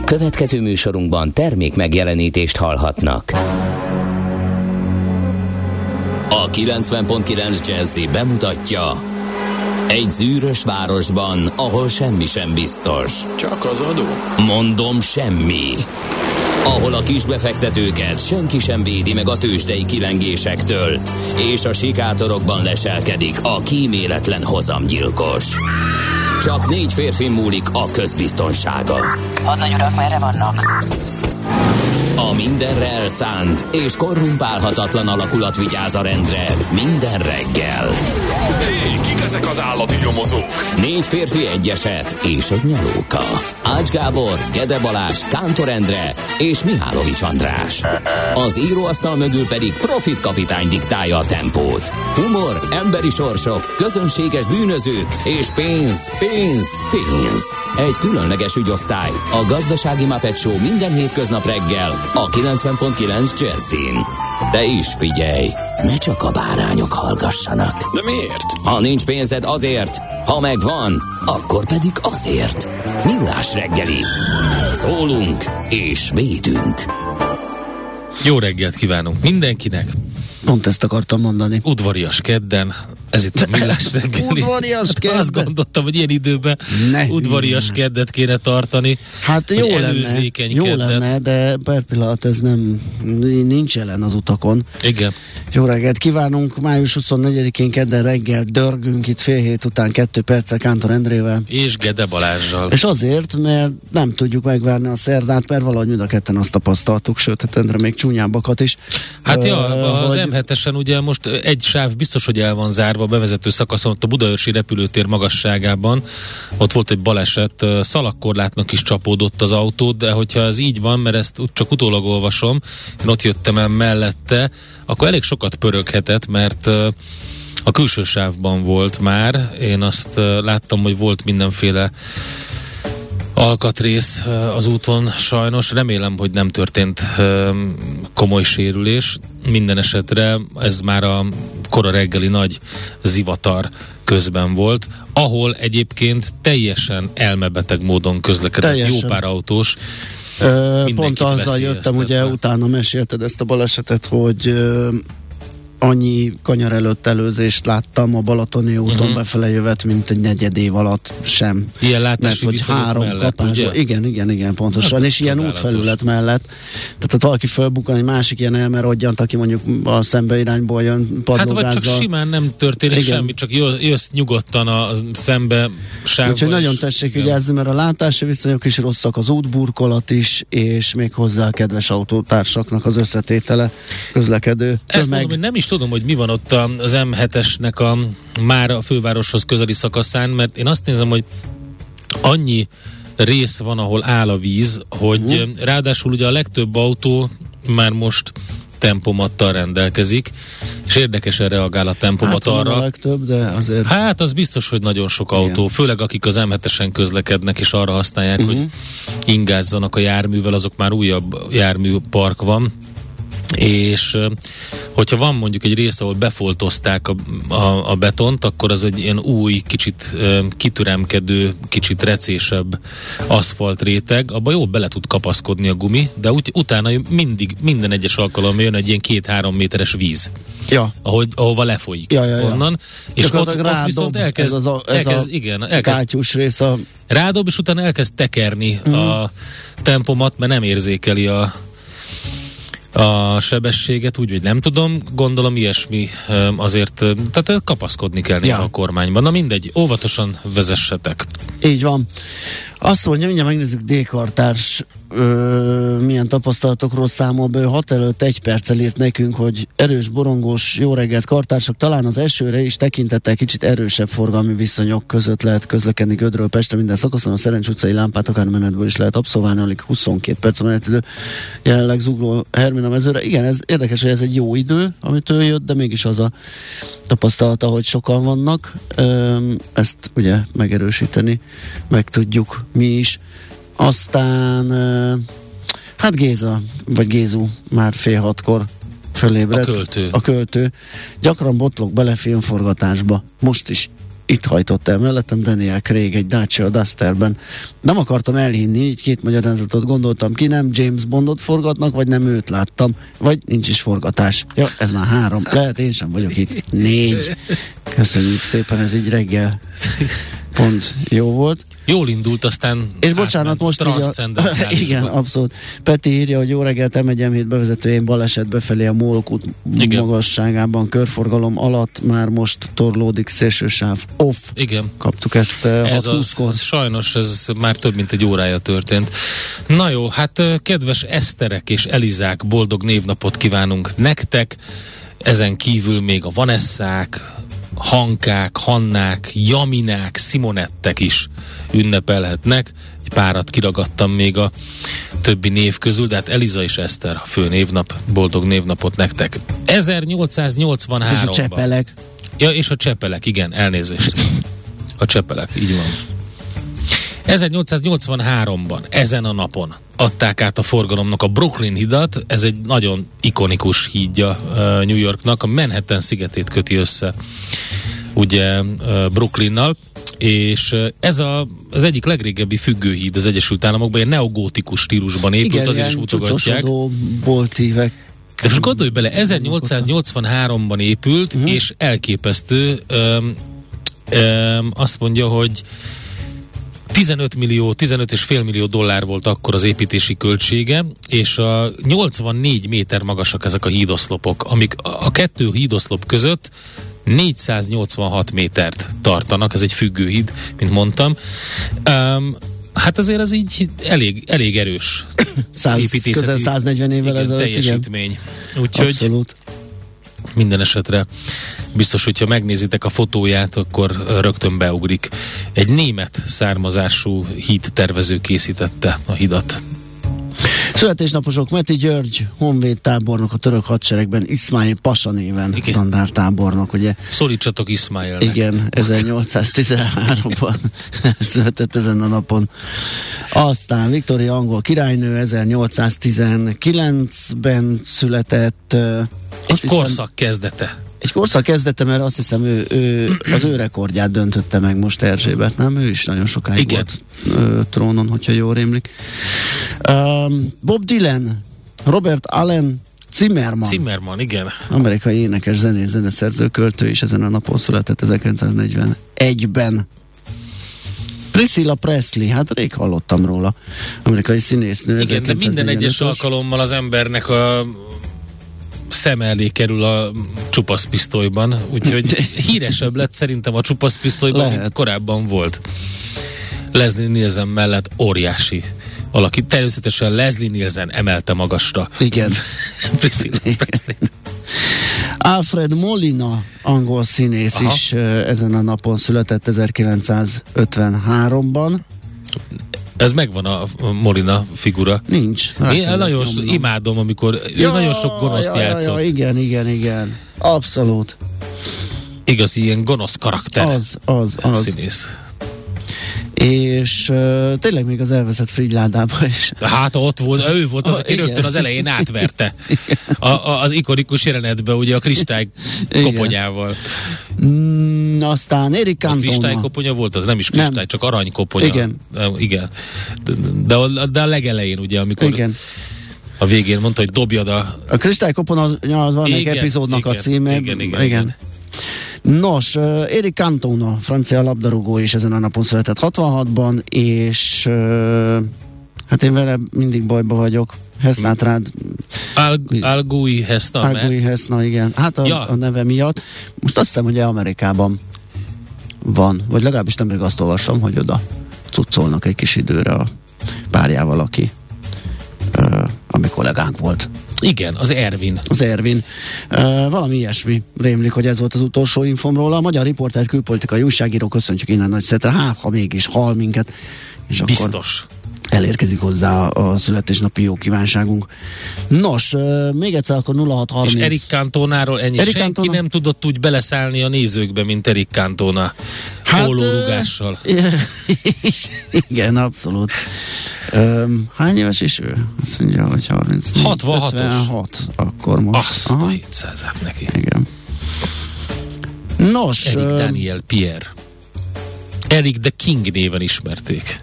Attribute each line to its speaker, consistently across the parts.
Speaker 1: Következő műsorunkban termék megjelenítést hallhatnak. A 90.9 Jazzy bemutatja: egy zűrös városban, ahol semmi sem biztos.
Speaker 2: Csak az adó?
Speaker 1: Mondom, semmi. Ahol a kisbefektetőket senki sem védi meg a tőzsdei kilengésektől, és a sikátorokban leselkedik a kíméletlen hozamgyilkos. Csak 4 férfi múlik a közbiztonsága.
Speaker 3: Hadnagy urak, merre vannak?
Speaker 1: A mindenre elszánt és korrumpálhatatlan alakulat vigyáz a rendre minden reggel.
Speaker 2: Hé, kik ezek az állati nyomozók?
Speaker 1: 4 férfi, egy eset és egy nyalóka. Ács Gábor, Gede Balázs, Kántor Endre és Mihálovics András. Az íróasztal mögül pedig Profit kapitány diktálja a tempót. Humor, emberi sorsok, közönséges bűnözők és pénz, pénz, pénz. Egy különleges ügyosztály, a Gazdasági Muppet Show minden hétköznap reggel a 90.9 Jazzyn. De is figyelj, ne csak a bárányok hallgassanak.
Speaker 2: De miért?
Speaker 1: Ha nincs pénzed, azért, ha megvan, akkor pedig azért. Millás reggeli. Szólunk és védünk.
Speaker 4: Jó reggelt kívánunk mindenkinek!
Speaker 5: Pont ezt akartam mondani.
Speaker 4: Udvarias kedden, ez itt a Millás reggeli.
Speaker 5: Udvarias kedden?
Speaker 4: Azt gondoltam, hogy ilyen időben udvarias keddet kéne tartani.
Speaker 5: Hát jó lenne, de per pillanat ez nincs jelen az utakon.
Speaker 4: Igen.
Speaker 5: Jó reggelt kívánunk, május 24-én kedden reggel dörgünk itt fél hét után 2 perccel Kántor Endrével.
Speaker 4: És Gede Balázsral.
Speaker 5: És azért, mert nem tudjuk megvárni a szerdát, mert valahogy mind a ketten azt tapasztaltuk, sőt, hát Endre még csúnyábbakat is.
Speaker 4: Hát az M7-esen ugye most egy sáv biztos, hogy el van zárva a bevezető szakaszon, ott a Budaörsi repülőtér magasságában. Ott volt egy baleset, szalagkorlátnak is csapódott az autó, de hogyha ez így van, mert ezt csak utólag olvasom, én ott jöttem el mellette, akkor elég sokat pöröghetett, mert a külső sávban volt már. Én azt láttam, hogy volt mindenféle alkatrész az úton sajnos. Remélem, hogy nem történt komoly sérülés. Minden esetre ez már a kora reggeli nagy zivatar közben volt, ahol egyébként teljesen elmebeteg módon közlekedett
Speaker 5: teljesen.
Speaker 4: Jó pár autós.
Speaker 5: Pont azzal jöttem, ugye utána mesélted ezt a balesetet, hogy annyi kanyar előtt előzést láttam a Balatoni úton befele jövet, mint egy negyed év alatt sem.
Speaker 4: Ilyen látási
Speaker 5: mert,
Speaker 4: viszonyok
Speaker 5: 3
Speaker 4: mellett, ugye?
Speaker 5: Igen, pontosan. Hát, és ilyen útfelület mellett. Tehát ott valaki fölbukkan, egy másik ilyen elmerodjant, aki mondjuk a szembe irányból jön padlógázzal.
Speaker 4: Hát vagy csak simán nem történik semmi, csak jössz nyugodtan a szembe sávba.
Speaker 5: Úgyhogy nagyon tessék vigyázni, mert a látási viszonyok is rosszak, az útburkolat is, és még hozzá a kedves autótársaknak az összetétele, közlekedő.
Speaker 4: Ezt mondom, hogy nem is tudom, hogy mi van ott az M7-esnek már a fővároshoz közeli szakaszán, mert én azt nézem, hogy annyi rész van, ahol áll a víz, hogy ráadásul ugye a legtöbb autó már most tempomattal rendelkezik, és érdekesen reagál a tempomat arra.
Speaker 5: A legtöbb, de azért...
Speaker 4: Hát az biztos, hogy nagyon sok autó, főleg akik az M7-esen közlekednek, és arra használják, hogy ingázzanak a járművel, azok már újabb járműpark van. És hogyha van mondjuk egy rész, ahol befoltozták a betont, akkor az egy ilyen új, kicsit kitüremkedő, kicsit recésebb aszfalt réteg, abba jól bele tud kapaszkodni a gumi, de utána minden egyes alkalommal jön egy ilyen 2-3 méteres víz, ahova lefolyik onnan, és ott viszont elkezd
Speaker 5: kátyús rész
Speaker 4: rádob, és utána elkezd tekerni a tempomat, mert nem érzékeli a sebességet, úgy, hogy nem tudom, gondolom ilyesmi azért, tehát kapaszkodni kell néha a kormányban. Na mindegy, óvatosan vezessetek.
Speaker 5: Így van. Azt mondja, mindjárt megnézzük D-kartárs milyen tapasztalatokról számol be. 6 előtt 1 perccel írt nekünk, hogy erős, borongós, jó reggelt kartársak, talán az esőre is tekintettel kicsit erősebb forgalmi viszonyok között lehet közlekedni Gödről Pestre minden szakaszon, a Szerencs utcai lámpát akár menetből is lehet abszolválni, alig 22 perc a menetidő, jelenleg zugló Hermina mezőre. Igen, ez érdekes, hogy ez egy jó idő, amitől jött, de mégis az a tapasztalata, hogy sokan vannak. Ezt ugye megerősíteni meg tudjuk mi is. Aztán hát Géza, vagy Gézu már fél 6-kor fölébredt.
Speaker 4: A költő.
Speaker 5: Gyakran botlok bele filmforgatásba. Most is itt hajtott el mellettem Daniel Craig egy Dacia Dusterben. Nem akartam elhinni, így két magyarázatot gondoltam ki, nem James Bondot forgatnak, vagy nem őt láttam, vagy nincs is forgatás. Ja, ez már 3. Lehet, én sem vagyok itt. 4. Köszönjük szépen, ez így reggel pont jó volt.
Speaker 4: Jól indult, aztán
Speaker 5: és bocsánat, most igen, abszolút. Peti írja, hogy jó reggelt, M1-M7 bevezetőjén baleset befelé a Mólkút magasságában, körforgalom alatt már most torlódik, szélsősáv off.
Speaker 4: Igen.
Speaker 5: Kaptuk ezt
Speaker 4: ez az, sajnos ez már több mint egy órája történt. Na jó, hát kedves Eszterek és Elizák, boldog névnapot kívánunk nektek. Ezen kívül még a Vanessák, Hankák, Hannák, Jaminák, Simonettek is ünnepelhetnek. Egy párat kiragadtam még a többi név közül, de hát Eliza és Eszter a fő névnap, boldog névnapot nektek. 1883-ban. És
Speaker 5: a Csepelek.
Speaker 4: Ja, és a Csepelek, igen, elnézést. A Csepelek, így van. 1883-ban, ezen a napon adták át a forgalomnak a Brooklyn hidat, ez egy nagyon ikonikus hídja New Yorknak, a Manhattan szigetét köti össze ugye Brooklynnal, és ez az egyik legrégebbi függőhíd az Egyesült Államokban, ilyen neogótikus stílusban épült, igen, azért is mutogatják.
Speaker 5: Boltívek.
Speaker 4: De most gondolj bele, 1883-ban épült, és elképesztő, azt mondja, hogy 15,5 millió dollár volt akkor az építési költsége, és a 84 méter magasak ezek a hídoszlopok, amik a kettő hídoszlop között 486 métert tartanak, ez egy függőhíd, mint mondtam. Hát azért ez így elég erős építészeti
Speaker 5: közel 140 évvel ezelőtt
Speaker 4: teljesítmény. Úgyhogy
Speaker 5: abszolút.
Speaker 4: Minden esetre biztos, hogyha megnézitek a fotóját, akkor rögtön beugrik. Egy német származású hídtervező készítette a hidat.
Speaker 5: Születésnaposok: Meti György, honvéd tábornok a török hadseregben, Iszmáil Pasa néven standardtábornok, ugye?
Speaker 4: Szólítsatok Iszmáilnek.
Speaker 5: Igen, 1813-ban született ezen a napon. Aztán Viktória angol királynő 1819-ben született.
Speaker 4: Egy korszak kezdete.
Speaker 5: Egy korszak kezdete, mert azt hiszem ő az ő rekordját döntötte meg most Erzsébet, nem? Ő is nagyon sokáig volt trónon, hogyha jól rémlik. Bob Dylan, Robert Allen
Speaker 4: Zimmerman, igen.
Speaker 5: Amerikai énekes, zenész, zeneszerző, költő is ezen a napon született 1941-ben. Priscilla Presley, hát rég hallottam róla. Amerikai színésznő.
Speaker 4: Igen, de minden egyes alkalommal az embernek a szem elé kerül a csupaszpisztolyban, úgyhogy híresebb lett szerintem a csupaszpisztolyban, mint korábban volt. Leslie Nielsen mellett óriási alaki. Természetesen Leslie Nielsen emelte magasra.
Speaker 5: Igen.
Speaker 4: Priscilla Presley.
Speaker 5: Alfred Molina, angol színész is ezen a napon született 1953-ban.
Speaker 4: Ez megvan a Molina figura.
Speaker 5: Nincs.
Speaker 4: Én nagyon imádom, amikor ő nagyon sok gonoszt játszott.
Speaker 5: Igen. Abszolút.
Speaker 4: Igazi ilyen gonosz karakter.
Speaker 5: Az.
Speaker 4: Színész.
Speaker 5: És tényleg még az elveszett Frigyládában is.
Speaker 4: Hát ott volt, ő volt az, aki rögtön az elején átverte. Az ikonikus jelenetben ugye a kristály koponyával.
Speaker 5: Aztán Eric Cantona.
Speaker 4: A kristálykopponya volt, az nem is kristály, nem. Csak aranykopponya. Igen. De a legelején ugye, amikor a végén mondta, hogy dobjad a
Speaker 5: kristálykopponya az van egy epizódnak a címe. Igen. Nos, Eric Cantona, francia labdarúgó is ezen a napon született 66-ban, és hát én vele mindig bajba vagyok. Hesznátrád.
Speaker 4: Algui Hesna,
Speaker 5: igen. Hát a neve miatt. Most azt hiszem, hogy Amerikában van, vagy legalábbis nemrég azt olvasom, hogy oda cuccolnak egy kis időre a párjával, ami kollégánk volt.
Speaker 4: Igen, az Ervin.
Speaker 5: Valami ilyesmi rémlik, hogy ez volt az utolsó infom róla. A Magyar Riporter külpolitikai újságíró, köszöntjük innen nagy szeretettel. Ha mégis hall minket. És
Speaker 4: biztos.
Speaker 5: Akkor elérkezik hozzá a születésnapi jó kívánságunk. Nos, még egyszer akkor 0630.
Speaker 4: És Eric Cantonáról ennyi. Senki Cantona nem tudott úgy beleszállni a nézőkbe, mint Eric Cantona. Pólórugással.
Speaker 5: Igen, abszolút. Hány éves is ő? Azt mondja, hogy
Speaker 4: 66-os.
Speaker 5: 56, akkor most.
Speaker 4: Azt a 700-át neki.
Speaker 5: Igen. Nos.
Speaker 4: Eric Daniel Pierre. Eric the King néven ismerték.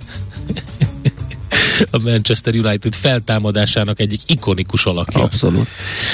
Speaker 4: A Manchester United feltámadásának egyik ikonikus alakja.
Speaker 5: Abszolút.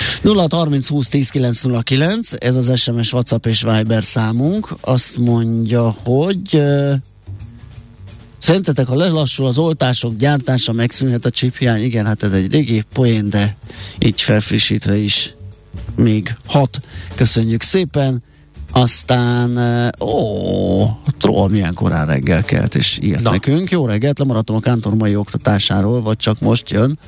Speaker 5: 0630 ez az SMS, WhatsApp és Viber számunk. Azt mondja, hogy szerintetek, ha lelassul az oltások gyártása, megszűnhet a csiphiány? Igen, hát ez egy régi poén, de így felfrissítve is még hat. Köszönjük szépen. Aztán, Troll milyen korán reggel kelt, és írt nekünk. Jó reggelt, lemaradtam a Kántor mai oktatásáról, vagy csak most jön.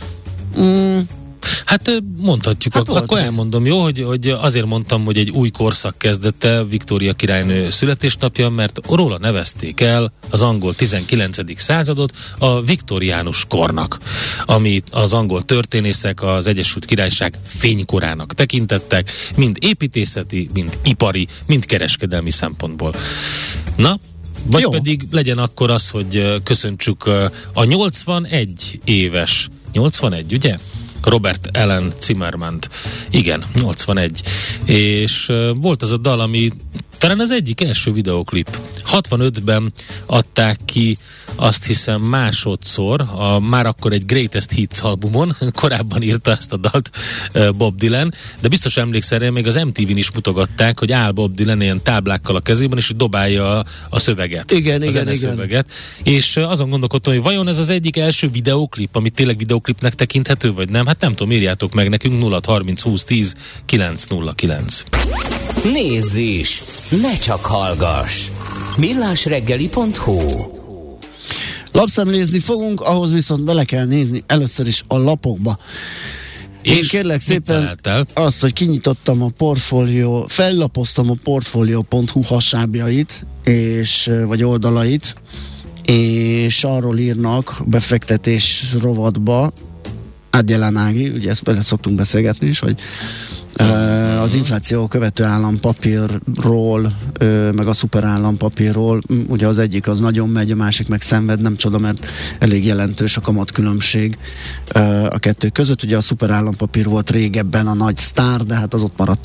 Speaker 4: Hát mondhatjuk, akkor elmondom, jó, hogy azért mondtam, hogy egy új korszak kezdete, Viktória királynő születésnapja, mert róla nevezték el az angol 19. századot a viktoriánus kornak, amit az angol történészek az Egyesült Királyság fénykorának tekintettek, mind építészeti, mind ipari, mind kereskedelmi szempontból. Na, vagy jó. Pedig legyen akkor az, hogy köszöntsük a 81 éves, 81, ugye? Robert Allen Zimmermant. Igen, 81. És volt az a dal, ami talán az egyik első videoklip. 65-ben adták ki, azt hiszem másodszor, már akkor egy Greatest Hits albumon, korábban írta ezt a dalt Bob Dylan, de biztos emlékszel, még az MTV-n is mutogatták, hogy áll Bob Dylan ilyen táblákkal a kezében, és dobálja a szöveget.
Speaker 5: Igen.
Speaker 4: Szöveget. És azon gondolkodtam, hogy vajon ez az egyik első videoklip, ami tényleg videoklipnek tekinthető, vagy nem? Hát nem tudom, írjátok meg nekünk 0630 20 10 909.
Speaker 1: Nézz is! Ne csak hallgass! millásreggeli.hu.
Speaker 5: Lapszemlézni fogunk, ahhoz viszont bele kell nézni először is a lapokba. Én kérlek szépen azt, hogy kinyitottam a portfólió, fellapoztam a portfolio.hu hasábjait, vagy oldalait, és arról írnak befektetés rovatba, Adjelen Ági, ugye ezt bele szoktunk beszélgetni is, hogy az infláció követő állampapírról, meg a szuper állampapírról, ugye az egyik az nagyon megy, a másik meg szenved, nem csoda, mert elég jelentős a kamatkülönbség a kettő között. Ugye a szuper állampapír volt régebben a nagy sztár, de hát az ott maradt a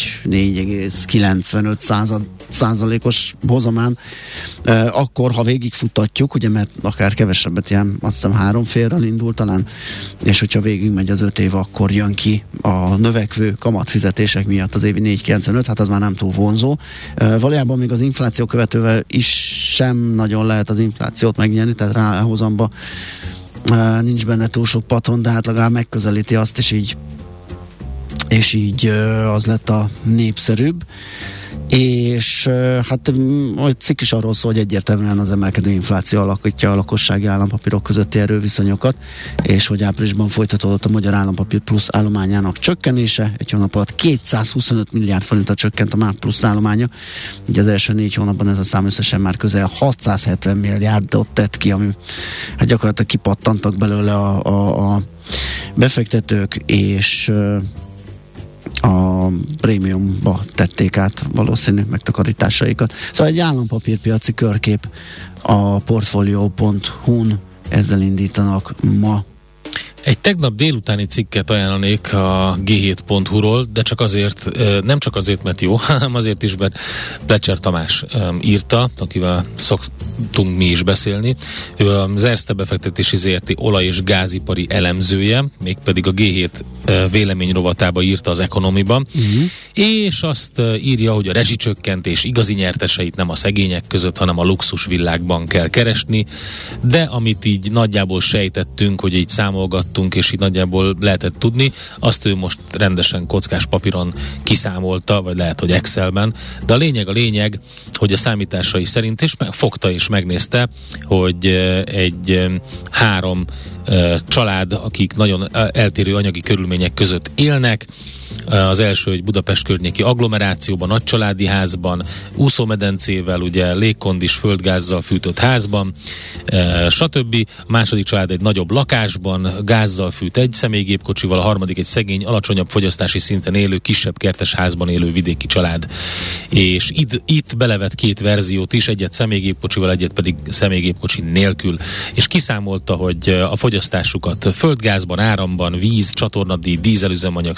Speaker 5: 4,95%-os hozamán. Akkor, ha végigfutatjuk, ugye, mert akár kevesebbet, ilyen azt hiszem 3 félről indult talán, és hogyha végig megy az 5 év, akkor jön ki a növekvő kamatfizetések miatt az évi 4,95, hát az már nem túl vonzó. Valójában még az infláció követővel is sem nagyon lehet az inflációt megnyerni, tehát ráhozamba nincs benne túl sok patron, de hát legalább megközelíti azt, és így az lett a népszerűbb. És hát a cikk is arról szól, hogy egyértelműen az emelkedő infláció alakítja a lakossági állampapírok közötti erőviszonyokat, és hogy áprilisban folytatódott a magyar állampapír plusz állományának csökkenése. Egy hónap alatt 225 milliárd forintra csökkent a MÁV plusz állománya. Ugye az első 4 hónapban ez a szám összesen már közel 670 milliárdot tett ki, ami hát gyakorlatilag kipattantak belőle a befektetők, és a prémiumba tették át valószínű megtakarításaikat. Szóval egy állampapírpiaci körkép a portfolio.hu-n, ezzel indítanak ma.
Speaker 4: Egy tegnap délutáni cikket ajánlanék a g7.hu-ról, de csak azért, nem csak azért, mert jó, hanem azért is, mert Plecser Tamás írta, akivel szoktunk mi is beszélni. Ő az Erste befektetési ZRT olaj- és gázipari elemzője, mégpedig a G7 vélemény rovatába írta az Economiban, és azt írja, hogy a rezsicsökkentés igazi nyerteseit nem a szegények között, hanem a luxusvillákban kell keresni, de amit így nagyjából sejtettünk, hogy így számolgat, és így nagyjából lehetett tudni, azt ő most rendesen kockás papíron kiszámolta, vagy lehet, hogy Excelben, de a lényeg, hogy a számításai szerint, és fogta és megnézte, hogy egy 3 család, akik nagyon eltérő anyagi körülmények között élnek. Az első, hogy Budapest környéki agglomerációban, nagycsaládi házban, úszómedencével, ugye légkondis, földgázzal fűtött házban, stb. A második család egy nagyobb lakásban, gázzal fűt egy személygépkocsival, a harmadik egy szegény, alacsonyabb fogyasztási szinten élő, kisebb kertes házban élő vidéki család. És itt belevett 2 verziót is, egyet személygépkocsival, egyet pedig személygépkocsi nélkül. És kiszámolta, hogy a fogyasztásukat földgázban, áramban, víz, csatornadíj, dízelüzemanyag,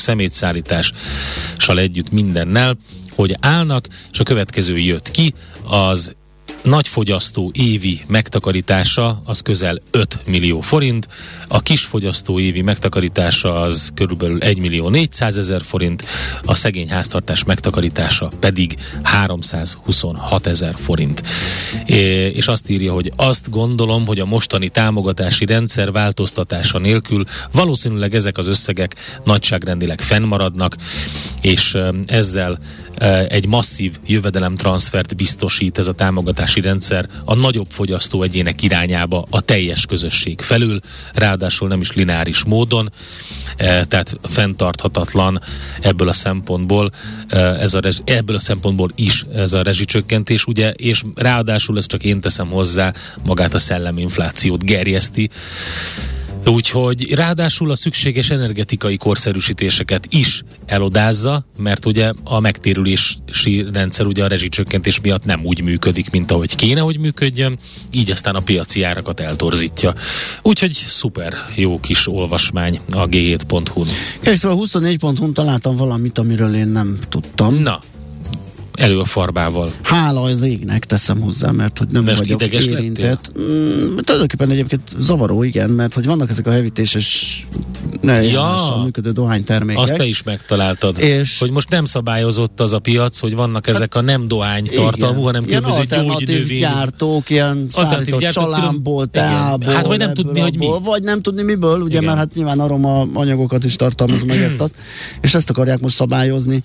Speaker 4: szemétszállítással együtt mindennel, hogy állnak, és a következő jött ki, az nagyfogyasztó évi megtakarítása az közel 5 millió forint, a kisfogyasztó évi megtakarítása az körülbelül 1 millió 400 000 forint, a szegény háztartás megtakarítása pedig 326 000 forint. És azt írja, hogy azt gondolom, hogy a mostani támogatási rendszer változtatása nélkül valószínűleg ezek az összegek nagyságrendileg fennmaradnak, és ezzel egy masszív jövedelemtranszfert biztosít ez a támogatási rendszer a nagyobb fogyasztó egyének irányába a teljes közösség felül, ráadásul nem is lineáris módon, tehát fenntarthatatlan ebből a szempontból ebből a szempontból is ez a rezsicsökkentés, ugye, és ráadásul ezt csak én teszem hozzá, magát a szelleminflációt gerjeszti. Úgyhogy ráadásul a szükséges energetikai korszerűsítéseket is elodázza, mert ugye a megtérülési rendszer ugye a rezsicsökkentés miatt nem úgy működik, mint ahogy kéne, hogy működjön, így aztán a piaci árakat eltorzítja. Úgyhogy szuper jó kis olvasmány a g7.hu-n.
Speaker 5: Szóval 24.hu-n találtam valamit, amiről én nem tudtam.
Speaker 4: Na, elő a farbával.
Speaker 5: Hála az égnek, teszem hozzá, mert hogy nem vagyok érintett. Tulajdonképpen egyébként zavaró, igen, mert hogy vannak ezek a hevítéses működő dohánytermékek.
Speaker 4: Azt te is megtaláltad, és hogy most nem szabályozott az a piac, hogy vannak ezek a nem dohány tartalmú, hanem
Speaker 5: különböző gyógynövény gyártók, ilyen szállított csalámból, teából,
Speaker 4: hát vagy nem tudni, hogy mi.
Speaker 5: Vagy nem tudni miből, ugye, mert hát nyilván aromaanyagokat is tartalmaz meg ezt, és ezt akarják most szabályozni.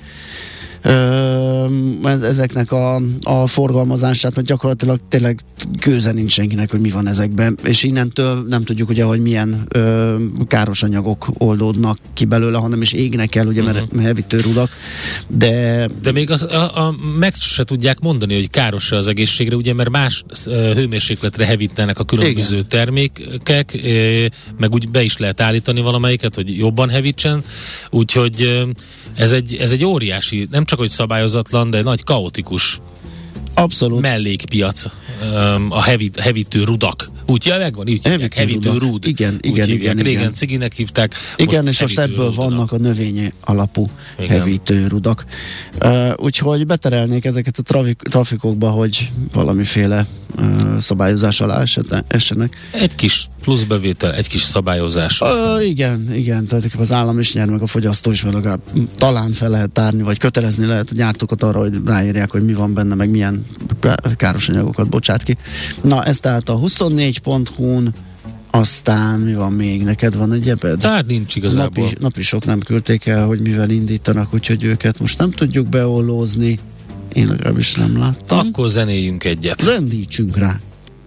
Speaker 5: Ezeknek a forgalmazását, mert gyakorlatilag tényleg gőze nincs senkinek, hogy mi van ezekben, és innentől nem tudjuk ugye, hogy milyen káros anyagok oldódnak ki belőle, hanem is égnek el, ugye, mert hevítőrudak, de még
Speaker 4: meg se tudják mondani, hogy káros-e az egészségre, ugye, mert más hőmérsékletre hevítenek a különböző termékek, meg úgy be is lehet állítani valamelyiket, hogy jobban hevítsen, úgyhogy ez egy óriási, nem csak hogy szabályozatlan, de nagy kaotikus
Speaker 5: abszolút
Speaker 4: mellékpiac, a hevítő rudak. Úgy megvan, így hívják, hevítő rud.
Speaker 5: Igen.
Speaker 4: Régen ciginek hívták.
Speaker 5: Igen, és most ebből rudak vannak a növény alapú hevítő rudak. Úgyhogy beterelnék ezeket a trafikokba, hogy valamiféle szabályozás alá essenek.
Speaker 4: Egy kis pluszbevétel, egy kis szabályozás.
Speaker 5: Igen, tehát az állam is nyer, meg a fogyasztó is, legalább talán fel lehet tárni, vagy kötelezni lehet a gyártókat arra, hogy ráírják, hogy mi van benne, meg milyen káros anyagokat bocsát ki. Na, ez tehát a 24.hu-n, aztán mi van még? Neked van egy ebed?
Speaker 4: Tehát nincs igazából.
Speaker 5: Napisok nem küldték el, hogy mivel indítanak, úgyhogy őket most nem tudjuk beollózni. Én legalábbis nem láttam.
Speaker 4: Akkor zenéljünk egyet.
Speaker 5: Zendítsünk rá.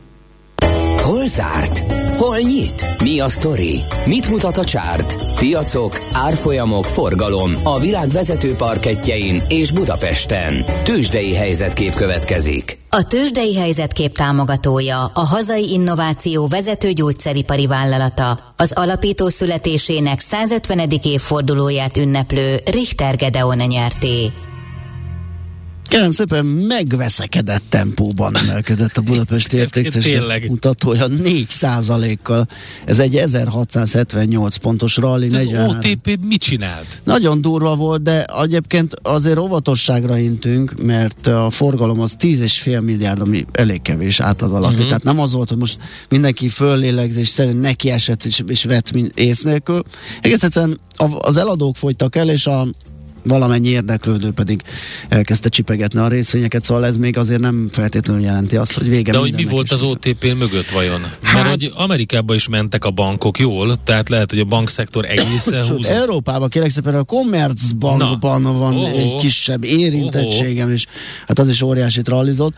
Speaker 1: Hol zárt? Hol nyit? Mi a sztori? Mit mutat a csárt? Piacok, árfolyamok, forgalom a világ vezető parkettjein és Budapesten. Tőzsdei helyzetkép következik.
Speaker 6: A Tőzsdei helyzetkép támogatója a hazai innováció vezető gyógyszeripari vállalata, az alapító születésének 150. évfordulóját ünneplő Richter Gedeon nyerté.
Speaker 5: Kérem szépen, megveszekedett tempóban emelkedett a budapesti értéktőzsde mutatója 4%-kal. Ez egy 1678 pontos rally.
Speaker 4: Az OTP mit csinált?
Speaker 5: Nagyon durva volt, de egyébként azért óvatosságra intünk, mert a forgalom az 10,5 milliárd, ami elég kevés átlag alatti. Tehát nem az volt, hogy most mindenki föllélegzés szerint neki esett és vett ész nélkül. Egész egyszerűen az eladók fogytak el, és valamennyi érdeklődő pedig elkezdte csipegetni a részvényeket, szóval ez még azért nem feltétlenül jelenti azt, hogy vége.
Speaker 4: De hogy mi volt az OTP mögött vajon? Mert hogy Amerikában is mentek a bankok jól, tehát lehet, hogy a bankszektor egészen húzott.
Speaker 5: Európában kérlek szépen a Commerzbankban van egy kisebb érintettségem, és hát az is óriásit rallizott.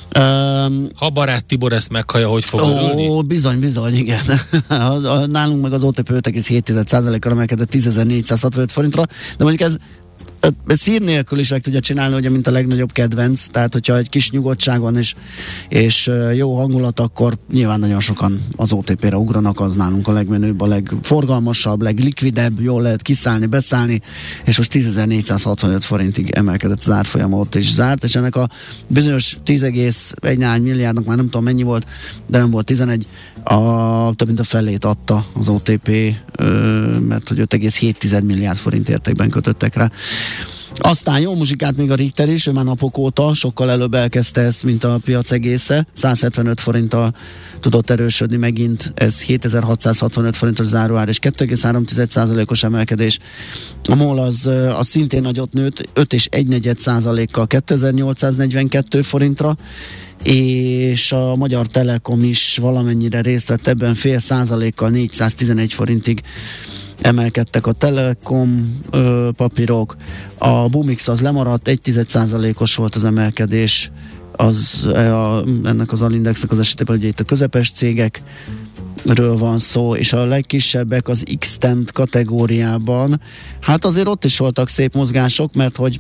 Speaker 4: Ha barát Tibor ezt meghallja, hogy fog örülni?
Speaker 5: Bizony, igen. Nálunk meg az OTP 5,7%-kal emelkedett 10.465 forintra, de mondjuk ez szír nélkül is meg tudja csinálni, ugye, mint a legnagyobb kedvenc, tehát hogyha egy kis nyugodtság van és jó hangulat, akkor nyilván nagyon sokan az OTP-re ugranak, az nálunk a legmenőbb, a legforgalmasabb, leglikvidebb, jól lehet kiszállni, beszállni, és most 10.465 forintig emelkedett az árfolyama, ott is zárt, és ennek a bizonyos 10,1 milliárdnak már nem tudom mennyi volt, de nem volt 11, több mint a felét adta az OTP, mert hogy 5,7 milliárd forint értékben kötöttek rá. Aztán jó muzsikát még a Richter is, ő már napok óta sokkal előbb elkezdte ezt, mint a piac egésze. 175 forinttal tudott erősödni megint, ez 7665 forintos záróár, és 2,3%-os emelkedés. A MOL az szintén nagyot nőtt, 5,1%-kal 2842 forintra, és a Magyar Telekom is valamennyire részt vett ebben, 0,5%-kal 411 forintig emelkedtek a Telekom papírok. A Bumix az lemaradt, 1,1%-os volt az emelkedés, ennek az alindexnek az esetében, ugye itt a közepes cégekről van szó, és a legkisebbek az X-Tent kategóriában. Hát azért ott is voltak szép mozgások, mert hogy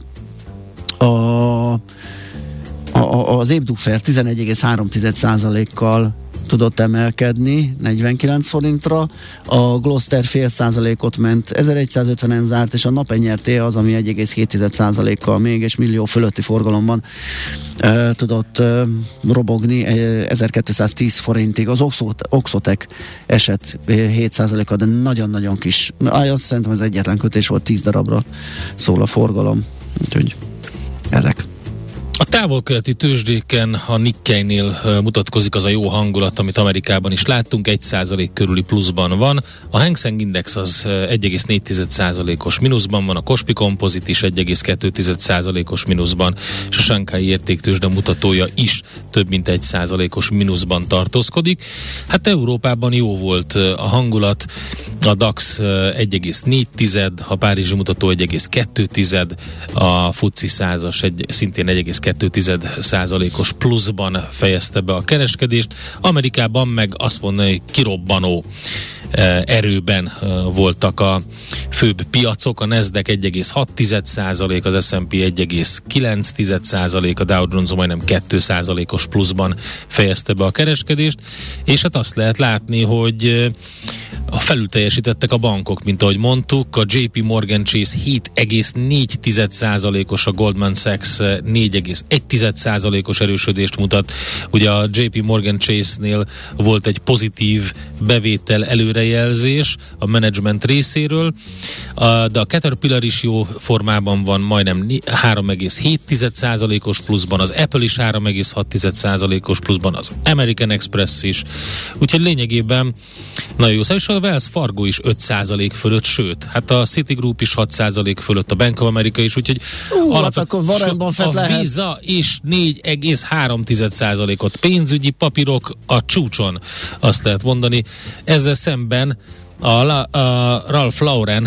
Speaker 5: az Ébduffer 11,3%-kal tudott emelkedni 49 forintra, a Gloster 0,5%-ot ment, 1150-en zárt, és a napenyerté az, ami 1,7%-kal még, és millió fölötti forgalomban tudott robogni 1210 forintig. Az Oxotec esett 7%-kal, de nagyon-nagyon kis. Azt szerintem ez egyetlen kötés volt, 10 darabra szól a forgalom. Úgyhogy ezek.
Speaker 4: A távol-keleti tőzsdéken, a Nikkeinél mutatkozik az a jó hangulat, amit Amerikában is láttunk, 1% körüli pluszban van. A Hang Seng Index az 1,4%-os mínuszban van, a Kospi Composite is 1,2%-os mínuszban, és a Shanghai értéktőzsde mutatója is több mint 1%-os mínuszban tartózkodik. Hát Európában jó volt a hangulat, a DAX 1,4, a Párizsi mutató 1,2, a FTSE 100-as szintén 1,2%-os pluszban fejezte be a kereskedést. Amerikában meg azt mondani, hogy kirobbanó erőben voltak a főbb piacok, a Nasdaq 1,6%, az S&P 1,9%, a Dow Jones majdnem 2%-os pluszban fejezte be a kereskedést, és hát azt lehet látni, hogy felülteljesítettek a bankok, mint ahogy mondtuk, a JP Morgan Chase 7,4%-os, a Goldman Sachs 4,1%-os erősödést mutat. Ugye a JP Morgan Chase-nél volt egy pozitív bevétel előrejelzés a menedzsment részéről, de a Caterpillar is jó formában van, majdnem 3,7%-os pluszban, az Apple is 3,6%-os pluszban, az American Express is. Úgyhogy lényegében nagyon jó. És a Wells Fargo is 5% fölött, sőt, hát a Citigroup is 6% fölött, a Bank of America is, úgyhogy
Speaker 5: hát akkor Warren Buffett
Speaker 4: a Visa is 4,3%-ot, pénzügyi papírok a csúcson, azt lehet mondani. Ezzel szemben a Ralph Lauren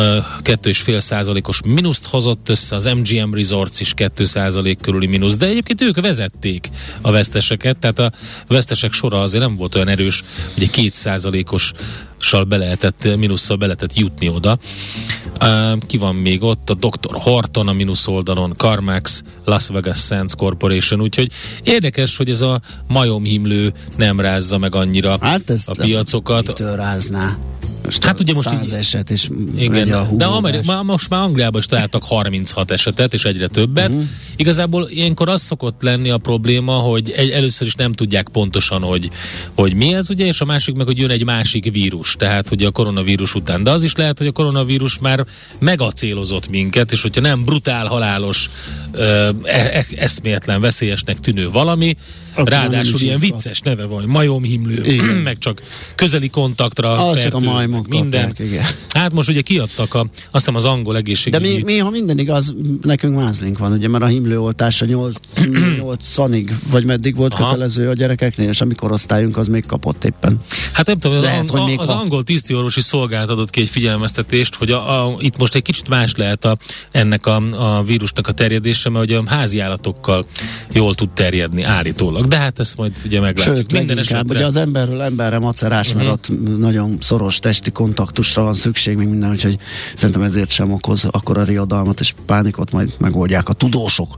Speaker 4: 2,5%-os mínuszt hozott össze, az MGM Resorts is 2% körüli mínusz, de egyébként ők vezették a veszteseket, tehát a vesztesek sora azért nem volt olyan erős, ugye 2%-ossal mínusszal be lehetett jutni oda. Ki van még ott? A Dr. Horton a mínusz oldalon, CarMax, Las Vegas Sands Corporation, úgyhogy érdekes, hogy ez a majomhimlő nem rázza meg annyira a piacokat.
Speaker 5: Mitől rázná?
Speaker 4: Hát ugye most
Speaker 5: 100 eset, és
Speaker 4: igen, de most már Angliában is találtak 36 esetet, és egyre többet. Igazából ilyenkor az szokott lenni a probléma, hogy először is nem tudják pontosan, hogy mi ez, ugye, és a másik meg, hogy jön egy másik vírus, tehát hogy a koronavírus után. De az is lehet, hogy a koronavírus már megacélozott minket, és hogyha nem brutál, halálos, eszméletlen, veszélyesnek tűnő valami, akkor ráadásul ilyen vicces neve van, majomhimlő, meg csak közeli kontaktra fertőznek, minden.
Speaker 5: Kapják,
Speaker 4: hát most ugye kiadtak azt hiszem az angol egészségügyi...
Speaker 5: De mi, ha minden igaz, nekünk mázlink van, ugye, mert a himlőoltása 8-anig, vagy meddig volt kötelező a gyerekeknél, és a mi korosztályunk az még kapott éppen.
Speaker 4: Hát nem tudom, az angol tisztiorvosi szolgálat adott ki egy figyelmeztetést, hogy itt most egy kicsit más lehet ennek a vírusnak a terjedése, mert ugye a háziállatokkal jól tud terjedni állítólag. De hát ezt majd ugye meglátjuk.
Speaker 5: Sőt, minden esetre. Ugye az emberről emberre macerás, mert ott nagyon szoros testi kontaktusra van szükség, még minden, úgyhogy szerintem ezért sem okoz akkora riadalmat és pánikot, majd megoldják a tudósok.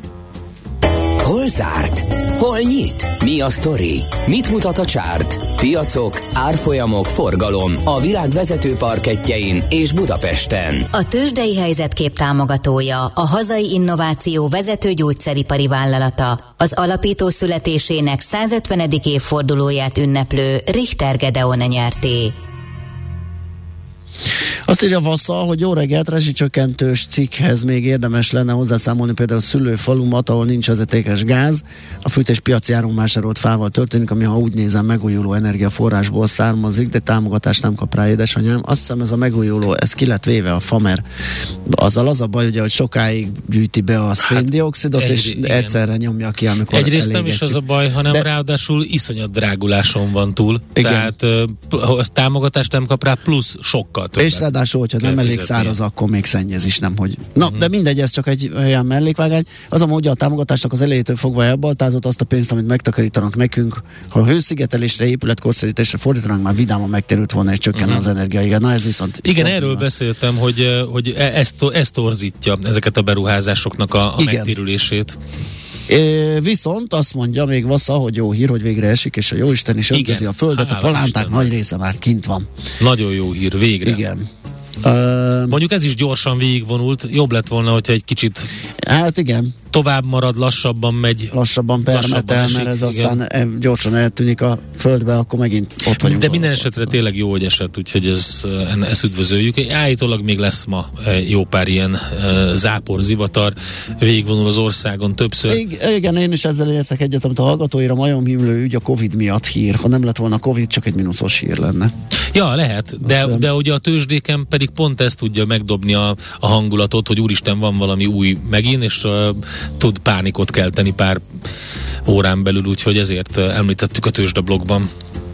Speaker 1: Hol zárt? Hol nyit? Mi a sztori? Mit mutat a csárt? Piacok, árfolyamok, forgalom a világ vezető parkettjein és Budapesten.
Speaker 6: A tőzsdei helyzetkép támogatója, a hazai innováció vezető gyógyszeripari vállalata, az alapító születésének 150. évfordulóját ünneplő Richter Gedeon nyerté.
Speaker 5: Azt írja Vassza, hogy jó reggelt, rezsicsökkentős cikkhez még érdemes lenne hozzászámolni például szülőfalumat, ahol nincs vezetékes gáz. A fűtés piaci áron vásárolt fával történik, ami ha úgy nézem megújuló energiaforrásból származik, de támogatást nem kap rá édesanyám. Azt hiszem ez a megújuló, ez ki lett véve a FAMER. Azzal az a baj, ugye, hogy sokáig gyűjti be a széndioxidot, és
Speaker 4: igen.
Speaker 5: egyszerre nyomja ki, amikor
Speaker 4: egyrészt nem is az a baj, hanem ráadásul iszonyat dráguláson van túl. Igen. Tehát támogatást nem kap rá, plusz sokkal többet.
Speaker 5: És ráadásul, hogyha nem elég száraz, akkor még szennyez is, nem hogy. Na, de mindegy, ez csak egy olyan mellékvágány. Az a módja a támogatásnak az elejétől fogva elbaltázott azt a pénzt, amit megtakarítanak nekünk. Ha a hőszigetelésre, épületkorszerítésre fordítanánk, már vidáman megtérült volna, és csökkenne az energia. Igen, na ez viszont...
Speaker 4: Igen, erről beszéltem, hogy ez torzítja ezeket a beruházásoknak a megtérülését.
Speaker 5: Viszont azt mondja még Vassza, hogy jó hír, hogy végre esik, és a jóisten is öntözi a földet, a palánták nagy része már kint van.
Speaker 4: Nagyon jó hír, végre.
Speaker 5: Igen.
Speaker 4: Mondjuk ez is gyorsan végigvonult, jobb lett volna, hogyha egy kicsit
Speaker 5: hát igen.
Speaker 4: tovább marad, lassabban megy.
Speaker 5: Lassabban permetel, mert ez aztán gyorsan eltűnik a földbe, akkor megint ott vagyunk.
Speaker 4: De minden esetre tényleg jó, hogy esett, úgyhogy ezt üdvözöljük. Állítólag még lesz ma jó pár ilyen zápor, zivatar, végigvonul az országon többször.
Speaker 5: Igen, én is ezzel értek egyet, amit a hallgatóira majomhimlő ügy a Covid miatt hír. Ha nem lett volna Covid, csak egy mínuszos hír lenne.
Speaker 4: Ja, lehet, de ugye a tőzsdéken pedig pont ezt tudja megdobni a hangulatot, hogy úristen, van valami új megint, és tud pánikot kelteni pár órán belül, úgyhogy ezért említettük a tőzsdeblogban.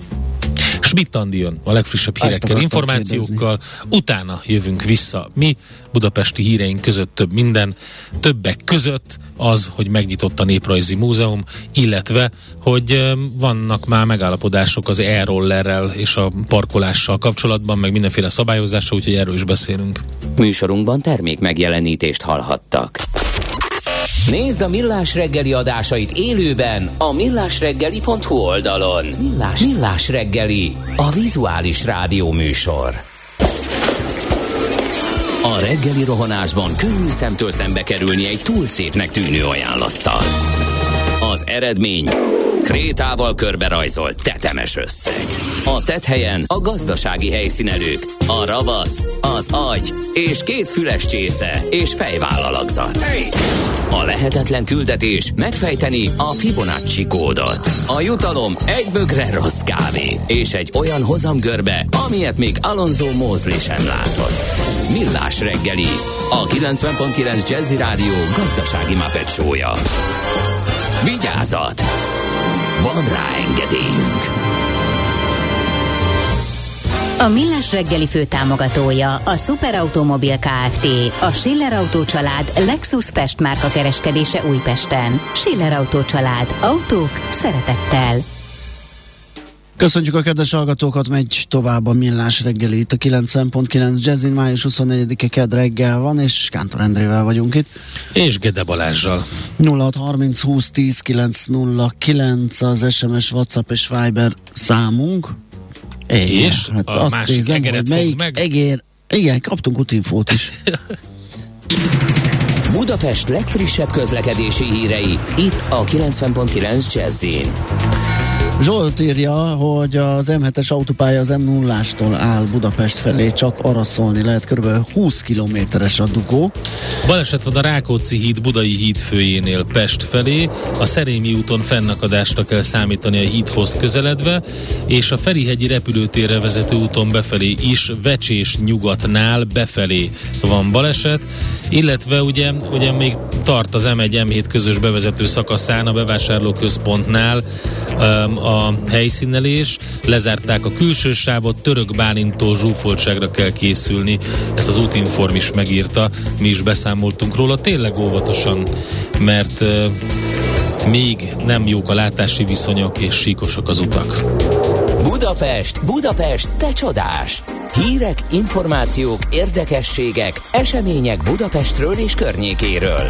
Speaker 4: Schmidt Andi jön a legfrissebb hírekkel, információkkal, utána jövünk vissza. Mi budapesti híreink között több minden, többek között az, hogy megnyitott a Néprajzi Múzeum, illetve, hogy vannak már megállapodások az e-rollerrel és a parkolással kapcsolatban, meg mindenféle szabályozással, úgyhogy erről is beszélünk.
Speaker 1: Műsorunkban termék megjelenítést hallhattak. Nézd a Millás reggeli adásait élőben a millásreggeli.hu oldalon. Millás reggeli, a vizuális rádió műsor. A reggeli rohanásban könnyű szemtől szembe kerülni egy túl szépnek tűnő ajánlattal. Az eredmény krétával körberajzolt tetemes összeg. A tetthelyen a gazdasági helyszínelők, a ravasz, az agy és két füles csésze és fejvállalakzat. A lehetetlen küldetés megfejteni a Fibonacci kódot. A jutalom egy bögre rossz kávé és egy olyan hozamgörbe, amilyet még Alonso Mosley sem látott. Millás reggeli, a 90.9 Jazzy Rádió gazdasági Muppet show-ja. Vigyázat! Van rá engedélyünk!
Speaker 6: A Millás reggeli főtámogatója a Superautomobil Kft. A Schiller Autó család Lexus Pest márka kereskedése Újpesten. Schiller Autó család. Autók szeretettel.
Speaker 5: Köszönjük a kedves hallgatókat, megy tovább a Millás reggeli itt a 90.9 Jazzin, május 24-e kedd reggel van, és Kántor Endrével vagyunk itt.
Speaker 4: És Gede Balázssal.
Speaker 5: 0630 20 10 909 az SMS, WhatsApp és Viber számunk.
Speaker 4: És
Speaker 5: hát
Speaker 4: a másik nézem, egeret fog meg.
Speaker 5: Igen, kaptunk útinfót is.
Speaker 1: Budapest legfrissebb közlekedési hírei, itt a 90.9 Jazzin.
Speaker 5: Zsolt írja, hogy az M7-es autópálya az M0-ástól áll Budapest felé, csak arra szólni lehet, kb. 20 kilométeres a dugó.
Speaker 4: Baleset van a Rákóczi híd Budai híd főjénél Pest felé, a Szerémi úton fennakadásra kell számítani a hídhoz közeledve, és a Ferihegyi repülőtérre vezető úton befelé is Vecsés nyugatnál befelé van baleset, illetve ugye még tart az M1-M7 közös bevezető szakaszán a bevásárlóközpontnál a helyszínelés, lezárták a külső sávot, Török Bálintól zsúfoltságra kell készülni, ezt az Útinform is megírta, mi is beszámoltunk róla, tényleg óvatosan, mert még nem jók a látási viszonyok és síkosak az utak.
Speaker 1: Budapest, te csodás! Hírek, információk, érdekességek, események Budapestről és környékéről.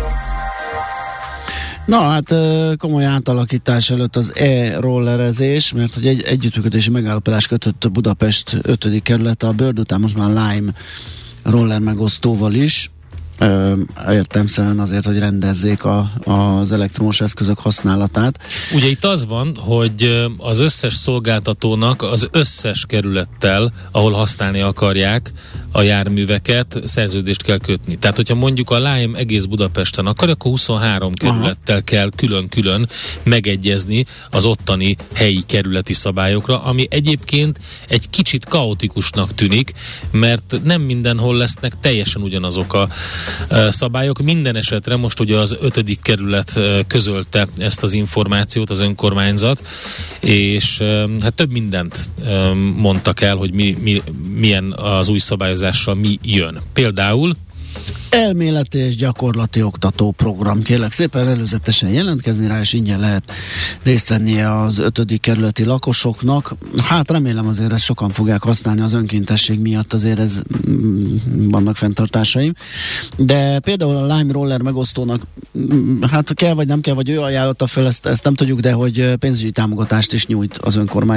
Speaker 5: Na hát komoly átalakítás előtt az e-rollerezés, mert hogy egy együttműködési megállapodás kötött Budapest 5. kerülete a Börd után most már Lime roller megosztóval is. értelemszerűen azért, hogy rendezzék az elektromos eszközök használatát.
Speaker 4: Ugye itt az van, hogy az összes szolgáltatónak az összes kerülettel, ahol használni akarják a járműveket, szerződést kell kötni. Tehát, hogyha mondjuk a Lime egész Budapesten akar, akkor 23 kerülettel kell külön-külön megegyezni az ottani helyi kerületi szabályokra, ami egyébként egy kicsit kaotikusnak tűnik, mert nem mindenhol lesznek teljesen ugyanazok a szabályok. Minden esetre most ugye az 5. kerület közölte ezt az információt, az önkormányzat, és hát több mindent mondtak el, hogy milyen az új szabályozással mi jön. Például
Speaker 5: elméleti és gyakorlati oktató program. Kérlek szépen előzetesen jelentkezni rá, és ingyen lehet részt vennie az 5. kerületi lakosoknak. Hát remélem azért ezt sokan fogják használni, az önkéntesség miatt azért vannak fenntartásaim. De például a Lime Roller megosztónak hát kell vagy nem kell, vagy ő ajánlotta fel, ezt nem tudjuk, de hogy pénzügyi támogatást is nyújt az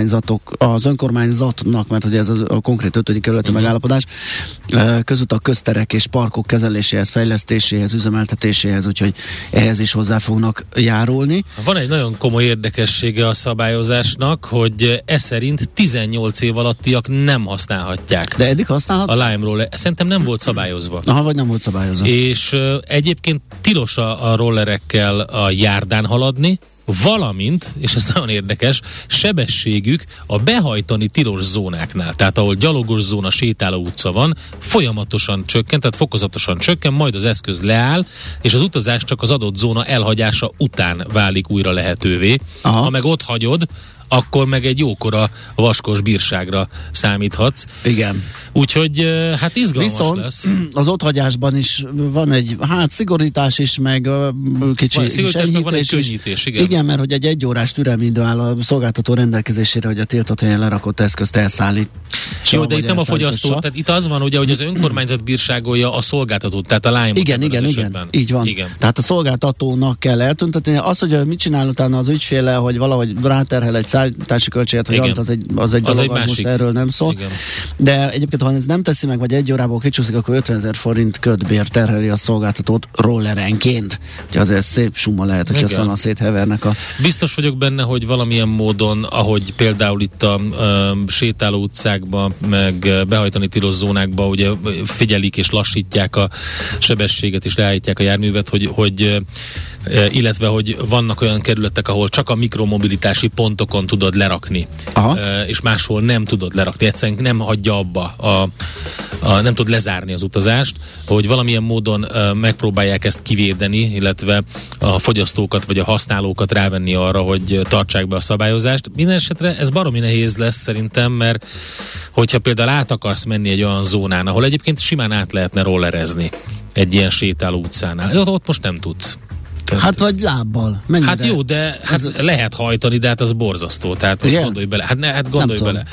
Speaker 5: önkormányzatnak, mert ugye ez a konkrét 5. kerületi megállapodás, közutak, közterek és parkok kezeléséhez, fejlesztéséhez, üzemeltetéséhez, úgyhogy ehhez is hozzá fognak járulni.
Speaker 4: Van egy nagyon komoly érdekessége a szabályozásnak, hogy ez szerint 18 év alattiak nem használhatják.
Speaker 5: De eddig használhat?
Speaker 4: A Lime Roller. Szerintem nem volt szabályozva.
Speaker 5: Aha, vagy nem volt szabályozva.
Speaker 4: És egyébként tilos a rollerekkel a járdán haladni, valamint, és ez nagyon érdekes, sebességük a behajtani tilos zónáknál, tehát ahol gyalogos zóna, sétáló utca van, folyamatosan csökken, tehát fokozatosan csökken, majd az eszköz leáll, és az utazás csak az adott zóna elhagyása után válik újra lehetővé. Aha. Ha meg ott hagyod, akkor meg egy jókora vaskos bírságra számíthatsz.
Speaker 5: Igen.
Speaker 4: Úgyhogy hát izgalmas
Speaker 5: viszont
Speaker 4: lesz.
Speaker 5: Az otthagyásban is van egy szigorítás is, meg kicsi
Speaker 4: szigorítás, meg van egy könnyítés, igen.
Speaker 5: Igen, mert hogy egy 1 órás türelmidő áll a szolgáltató rendelkezésére, hogy a tiltott helyen lerakott eszközt elszállít.
Speaker 4: Jó, de itt nem a fogyasztó, tehát itt az van ugye, hogy az önkormányzat bírságolja a szolgáltatót, tehát a Lime.
Speaker 5: Igen, így van. Igen. Tehát a szolgáltatónak kell eltüntetni. Az, hogy mit csinál utána az ügyféle, hogy valahogy ráterhel egy szállítási költséget, vagy alt, az egy dolog, most erről nem szól. Igen. De egyébként, ha ez nem teszi meg, vagy 1 órából kicsúszik, akkor 50 000 forint kötbér terheli a szolgáltatót rollerenként. Úgyhogy azért szép summa lehet, hogy aztán széthevernek a...
Speaker 4: Biztos vagyok benne, hogy valamilyen módon, ahogy például itt a sétáló utcákban, meg behajtani tilos zónákba ugye figyelik és lassítják a sebességet és leállítják a járművet, hogy illetve, hogy vannak olyan kerületek, ahol csak a mikromobilitási pontokon tudod lerakni, és máshol nem tudod lerakni, egyszerűen nem hagyja abba nem tud lezárni az utazást, hogy valamilyen módon megpróbálják ezt kivédeni, illetve a fogyasztókat vagy a használókat rávenni arra, hogy tartsák be a szabályozást. Minden esetre ez baromi nehéz lesz szerintem, mert hogyha például át akarsz menni egy olyan zónán, ahol egyébként simán át lehetne rollerezni egy ilyen sétáló utcánál, ott most nem tudsz.
Speaker 5: Hát vagy lábbal.
Speaker 4: Hát jó, de lehet hajtani, de hát az borzasztó. Tehát most gondolj bele. Gondolj bele.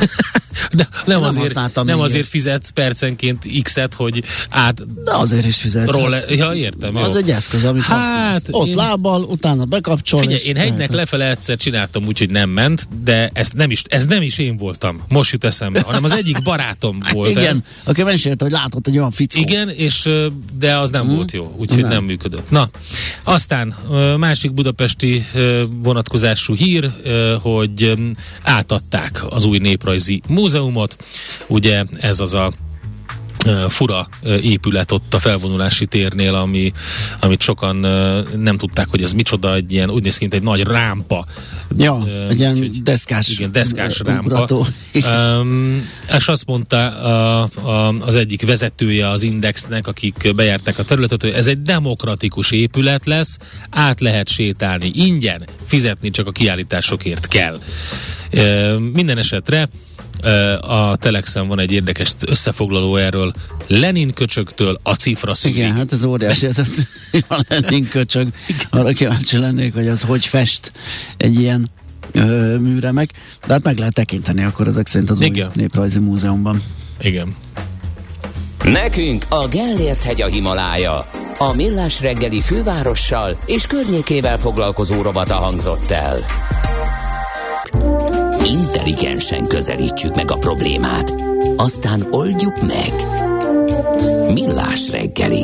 Speaker 4: Nem azért fizetsz percenként X-et, hogy
Speaker 5: de azért is fizetsz.
Speaker 4: Ja, értem.
Speaker 5: Az egy eszköz, amit használsz. Ott lábbal, utána bekapcsol.
Speaker 4: Figyelj, én hegynek lefele egyszer csináltam úgy, hogy nem ment, de ez nem is én voltam. Most jut eszembe, hanem az egyik barátom volt.
Speaker 5: Igen, aki mesélte, hogy látott egy olyan fickó.
Speaker 4: Igen, de az nem volt jó, úgyhogy nem működött. Na, aztán másik budapesti vonatkozású hír, hogy átadták az új néprajzi múzeumot. Ugye ez az a fura épület ott a felvonulási térnél, amit sokan nem tudták, hogy ez micsoda, egy ilyen, úgy néz ki, mint egy nagy rámpa.
Speaker 5: Ja, egy ilyen deszkás
Speaker 4: rámpa. És azt mondta az egyik vezetője az Indexnek, akik bejárták a területet, hogy ez egy demokratikus épület lesz, át lehet sétálni ingyen, fizetni csak a kiállításokért kell. Minden esetre a Telexen van egy érdekes összefoglaló erről Lenin köcsögtől a cifra szűrig.
Speaker 5: Igen, hát ez óriási, ez a Lenin köcsög. Arra kíváncsi lennék, hogy az hogy fest egy ilyen műre meg. De hát meg lehet tekinteni akkor ezek szerint az új néprajzi múzeumban.
Speaker 4: Igen.
Speaker 1: Nekünk a Gellért-hegy a Himalája. A Millás reggeli fővárossal és környékével foglalkozó rovata hangzott el. Intelligensen közelítsük meg a problémát, aztán oldjuk meg. Millás reggeli.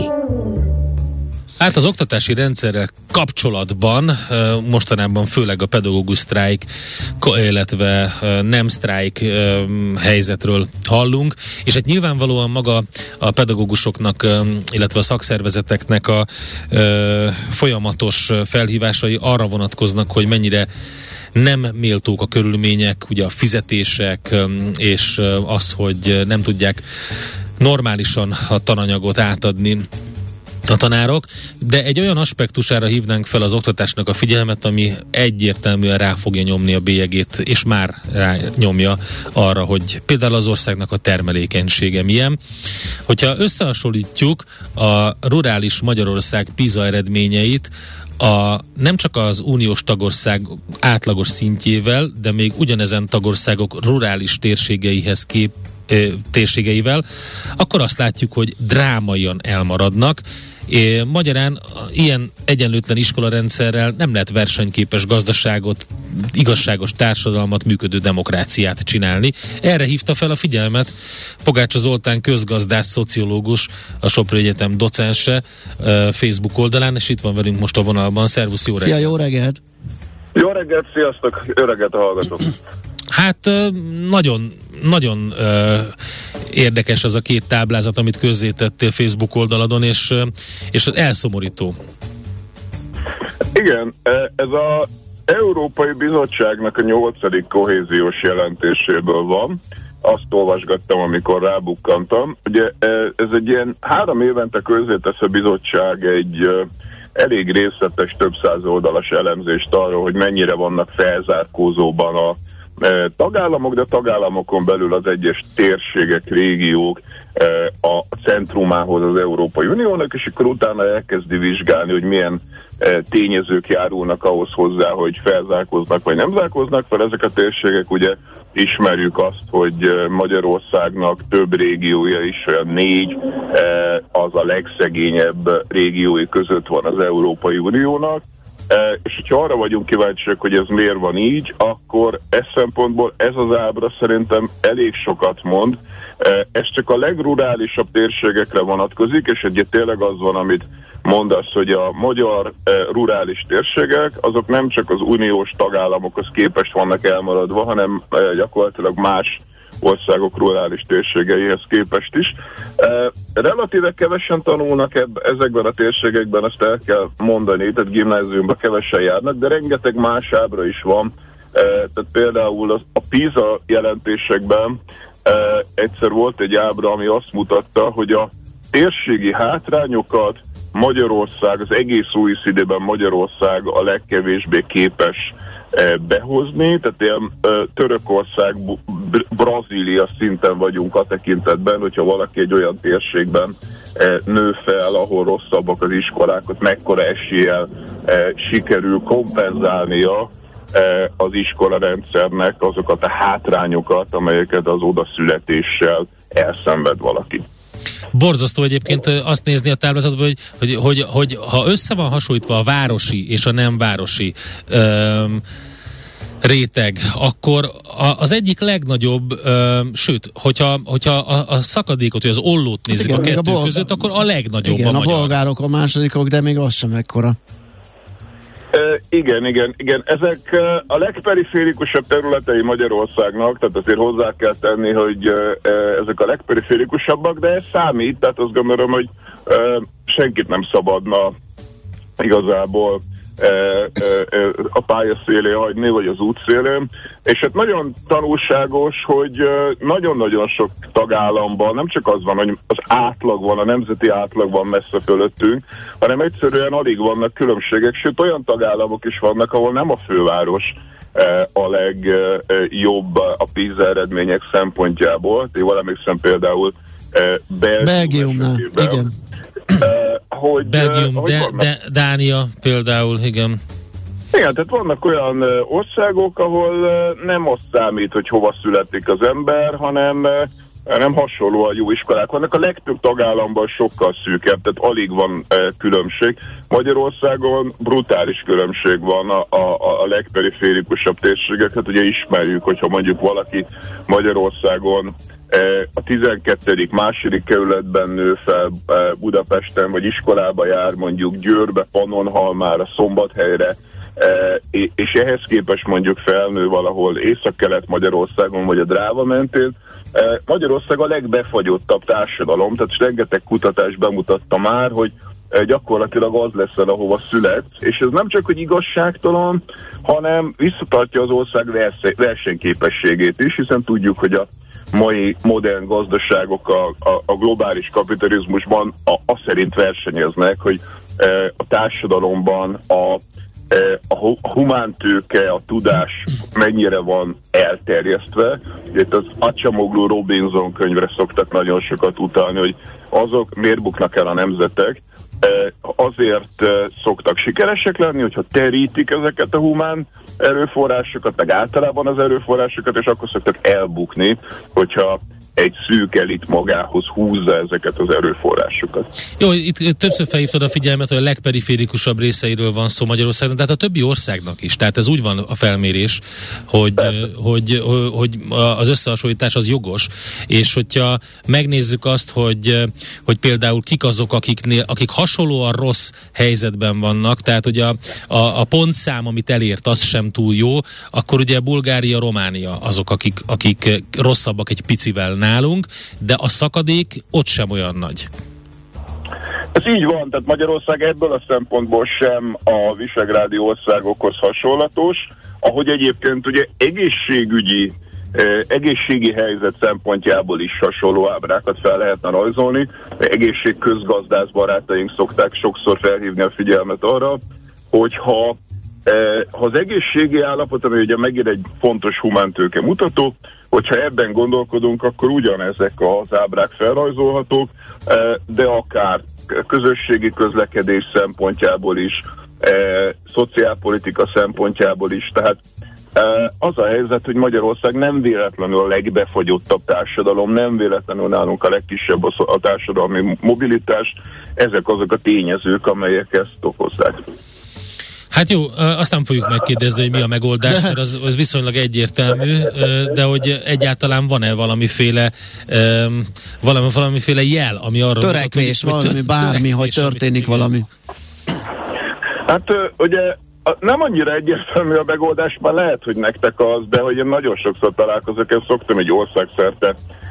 Speaker 4: Hát az oktatási rendszerrel kapcsolatban mostanában főleg a pedagógus sztrájk, illetve nem sztrájk helyzetről hallunk, és hát nyilvánvalóan maga a pedagógusoknak, illetve a szakszervezeteknek a folyamatos felhívásai arra vonatkoznak, hogy mennyire nem méltók a körülmények, ugye a fizetések, és az, hogy nem tudják normálisan a tananyagot átadni a tanárok, de egy olyan aspektusára hívnánk fel az oktatásnak a figyelmet, ami egyértelműen rá fogja nyomni a bélyegét, és már rá nyomja arra, hogy például az országnak a termelékenysége milyen. Hogyha összehasonlítjuk a rurális Magyarország PISA eredményeit nem csak az uniós tagország átlagos szintjével, de még ugyanezen tagországok rurális térségeivel, akkor azt látjuk, hogy drámaian elmaradnak. Magyarán ilyen egyenlőtlen iskolarendszerrel nem lehet versenyképes gazdaságot, igazságos társadalmat, működő demokráciát csinálni. Erre hívta fel a figyelmet Pogácsa Zoltán közgazdász, szociológus, a Sopron Egyetem docense Facebook oldalán, és itt van velünk most a vonalban. Szervusz, jó reggelt!
Speaker 5: Szia, jó reggelt!
Speaker 7: Jó reggelt, sziasztok! Jó reggelt a hallgatók!
Speaker 4: Hát nagyon érdekes az a két táblázat, amit közzétettél Facebook oldaladon, és elszomorító.
Speaker 7: Igen, ez az Európai Bizottságnak a 8. kohéziós jelentéséből van. Azt olvasgattam, amikor rábukkantam. Ugye ez egy ilyen 3 évente közzétesz a bizottság egy elég részletes, több száz oldalas elemzést arról, hogy mennyire vannak felzárkózóban a tagállamok, de a tagállamokon belül az egyes térségek, régiók a centrumához az Európai Uniónak, és akkor utána elkezdi vizsgálni, hogy milyen tényezők járulnak ahhoz hozzá, hogy felzárkóznak vagy nem zárkóznak fel ezek a térségek. Ugye ismerjük azt, hogy Magyarországnak több régiója is, olyan 4, az a legszegényebb régiói között van az Európai Uniónak. És hogyha arra vagyunk kíváncsiak, hogy ez miért van így, akkor szempontból ez az ábra szerintem elég sokat mond. Ez csak a legrurálisabb térségekre vonatkozik, és ugye tényleg az van, amit mondasz, hogy a magyar rurális térségek, azok nem csak az uniós tagállamokhoz képest vannak elmaradva, hanem gyakorlatilag más országok rurális térségeihez képest is. Relatíve kevesen tanulnak ezekben a térségekben, azt el kell mondani, tehát gimnáziumban kevesen járnak, de rengeteg más ábra is van. Tehát például a PISA jelentésekben egyszer volt egy ábra, ami azt mutatta, hogy a térségi hátrányokat Magyarország, az egész OECD-ben Magyarország a legkevésbé képes behozni, tehát ilyen Törökország, Brazília szinten vagyunk a tekintetben, hogyha valaki egy olyan térségben nő fel, ahol rosszabbak az iskolákat, mekkora eséllyel sikerül kompenzálnia az iskolarendszernek azokat a hátrányokat, amelyeket az odaszületéssel elszenved valaki.
Speaker 4: Borzasztó egyébként azt nézni a táblázatban, hogy ha össze van hasonlítva a városi és a nem városi réteg, akkor az egyik legnagyobb, sőt, hogyha a szakadékot, vagy az ollót nézzük a kettő között, akkor a legnagyobb
Speaker 5: igen,
Speaker 4: a magyar.
Speaker 5: A bolgárok a másodikok, de még az sem ekkora.
Speaker 7: Igen. Ezek a legperiférikusabb területei Magyarországnak, tehát azért hozzá kell tenni, hogy ezek a legperiférikusabbak, de ez számít, tehát azt gondolom, hogy senkit nem szabadna igazából a pályaszélé hagyni, vagy az útszélén. És hát nagyon tanulságos, hogy nagyon-nagyon sok tagállamban nem csak az van, hogy az átlag van, a nemzeti átlag van messze fölöttünk, hanem egyszerűen alig vannak különbségek, sőt olyan tagállamok is vannak, ahol nem a főváros a legjobb a PISA eredmények szempontjából. Jól emlékszem például
Speaker 5: Belgiumnál, igen.
Speaker 4: Belgium, Dánia például, igen.
Speaker 7: Igen, tehát vannak olyan országok, ahol nem azt számít, hogy hova születik az ember, hanem hasonlóan jó iskolák vannak. A legtöbb tagállamban sokkal szűkebb, tehát alig van különbség. Magyarországon brutális különbség van a legperiférikusabb térségek. Hát ugye ismerjük, hogyha mondjuk valaki Magyarországon a 12. második kerületben nő fel Budapesten, vagy iskolába jár mondjuk Győrbe, Pannonhalmára, Szombathelyre, és ehhez képest mondjuk felnő valahol Észak-Kelet-Magyarországon, vagy a Dráva mentén. Magyarország a legbefagyottabb társadalom, tehát rengeteg kutatás bemutatta már, hogy gyakorlatilag az leszel, ahova születsz, és ez nem csak, hogy igazságtalan, hanem visszatartja az ország versenyképességét is, hiszen tudjuk, hogy a mai modern gazdaságok a globális kapitalizmusban azt szerint versenyeznek, hogy a társadalomban a humántőke, a tudás mennyire van elterjesztve. Itt az Acemoglu Robinson könyvre szoktak nagyon sokat utalni, hogy azok miért buknak el a nemzetek, azért szoktak sikeresek lenni, hogyha terítik ezeket a humán erőforrásokat, meg általában az erőforrásokat, és akkor szoktak elbukni, hogyha egy szűk elit magához húzza ezeket az erőforrásokat.
Speaker 4: Jó, itt többször felhívtad a figyelmet, hogy a legperiférikusabb részeiről van szó Magyarországon, tehát a többi országnak is. Tehát ez úgy van a felmérés, hogy az összehasonlítás az jogos, és hogyha megnézzük azt, hogy például kik azok, akik hasonlóan rossz helyzetben vannak, tehát hogy a pontszám, amit elért, az sem túl jó, akkor ugye Bulgária, Románia azok, akik rosszabbak egy picivel nálunk, de a szakadék ott sem olyan nagy.
Speaker 7: Ez így van, tehát Magyarország ebből a szempontból sem a visegrádi országokhoz hasonlatos, ahogy egyébként ugye egészségi helyzet szempontjából is hasonló ábrákat fel lehetne rajzolni. Egészségközgazdász barátaink szokták sokszor felhívni a figyelmet arra, hogyha az egészségi állapot, ami ugye megint egy fontos humántőke mutató, hogyha ebben gondolkodunk, akkor ugyanezek az ábrák felrajzolhatók, de akár közösségi közlekedés szempontjából is, szociálpolitika szempontjából is. Tehát az a helyzet, hogy Magyarország nem véletlenül a legbefagyottabb társadalom, nem véletlenül nálunk a legkisebb a társadalmi mobilitás, ezek azok a tényezők, amelyek ezt okozzák.
Speaker 4: Hát jó, azt nem fogjuk megkérdezni, hogy mi a megoldás, mert az viszonylag egyértelmű, de hogy egyáltalán van-e valamiféle jel, ami arra
Speaker 5: törekvés, valami, bármi, hogy történik valami.
Speaker 7: Hát ugye nem annyira egyértelmű a megoldás, már lehet, hogy nektek az, de hogy én nagyon sokszor találkozok, én szoktam egy országszerte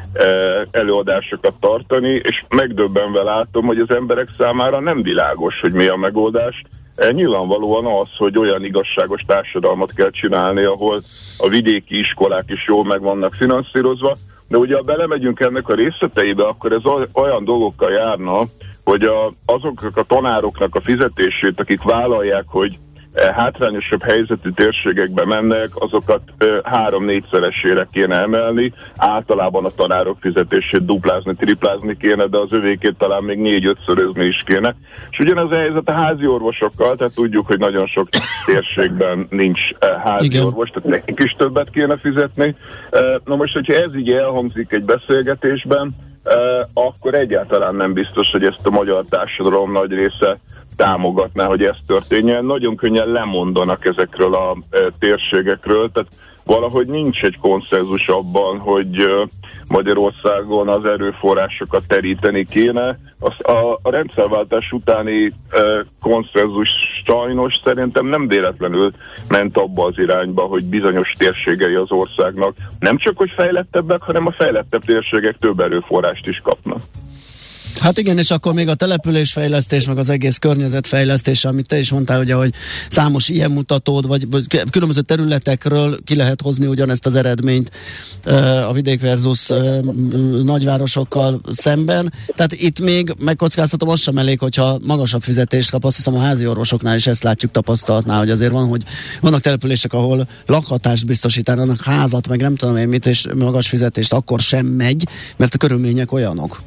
Speaker 7: előadásokat tartani, és megdöbbenve látom, hogy az emberek számára nem világos, hogy mi a megoldás. Nyilvánvalóan az, hogy olyan igazságos társadalmat kell csinálni, ahol a vidéki iskolák is jól meg vannak finanszírozva, de ugye ha belemegyünk ennek a részleteibe, akkor ez olyan dolgokkal járna, hogy azoknak a tanároknak a fizetését, akik vállalják, hogy hátrányosabb helyzetű térségekbe mennek, azokat 3-4-szeresére kéne emelni, általában a tanárok fizetését duplázni, triplázni kéne, de az övékét talán még 4-5-szörözni is kéne. És ugyanez a helyzet a házi orvosokkal, tehát tudjuk, hogy nagyon sok térségben nincs házi orvos, tehát nekik is többet kéne fizetni. Na most, hogyha ez így elhangzik egy beszélgetésben, akkor egyáltalán nem biztos, hogy ezt a magyar társadalom nagy része támogatná, hogy ez történjen. Nagyon könnyen lemondanak ezekről a térségekről, tehát valahogy nincs egy konszenzus abban, hogy Magyarországon az erőforrásokat teríteni kéne. A rendszerváltás utáni konszenzus sajnos szerintem nem véletlenül ment abba az irányba, hogy bizonyos térségei az országnak nem csak hogy fejlettebbek, hanem a fejlettebb térségek több erőforrást is kapnak.
Speaker 5: Hát igen, és akkor még a településfejlesztés, meg az egész környezetfejlesztés, amit te is mondtál, ugye, hogy számos ilyen mutatód, vagy különböző területekről ki lehet hozni ugyanezt az eredményt a vidék versus nagyvárosokkal szemben. Tehát itt még megkockáztatom, az sem elég, hogyha magasabb fizetést kap, azt hiszem a házi orvosoknál is ezt látjuk tapasztalatnál, hogy azért van, hogy vannak települések, ahol lakhatást biztosítanak, házat, meg nem tudom én mit, és magas fizetést akkor sem megy, mert a körülmények olyanok.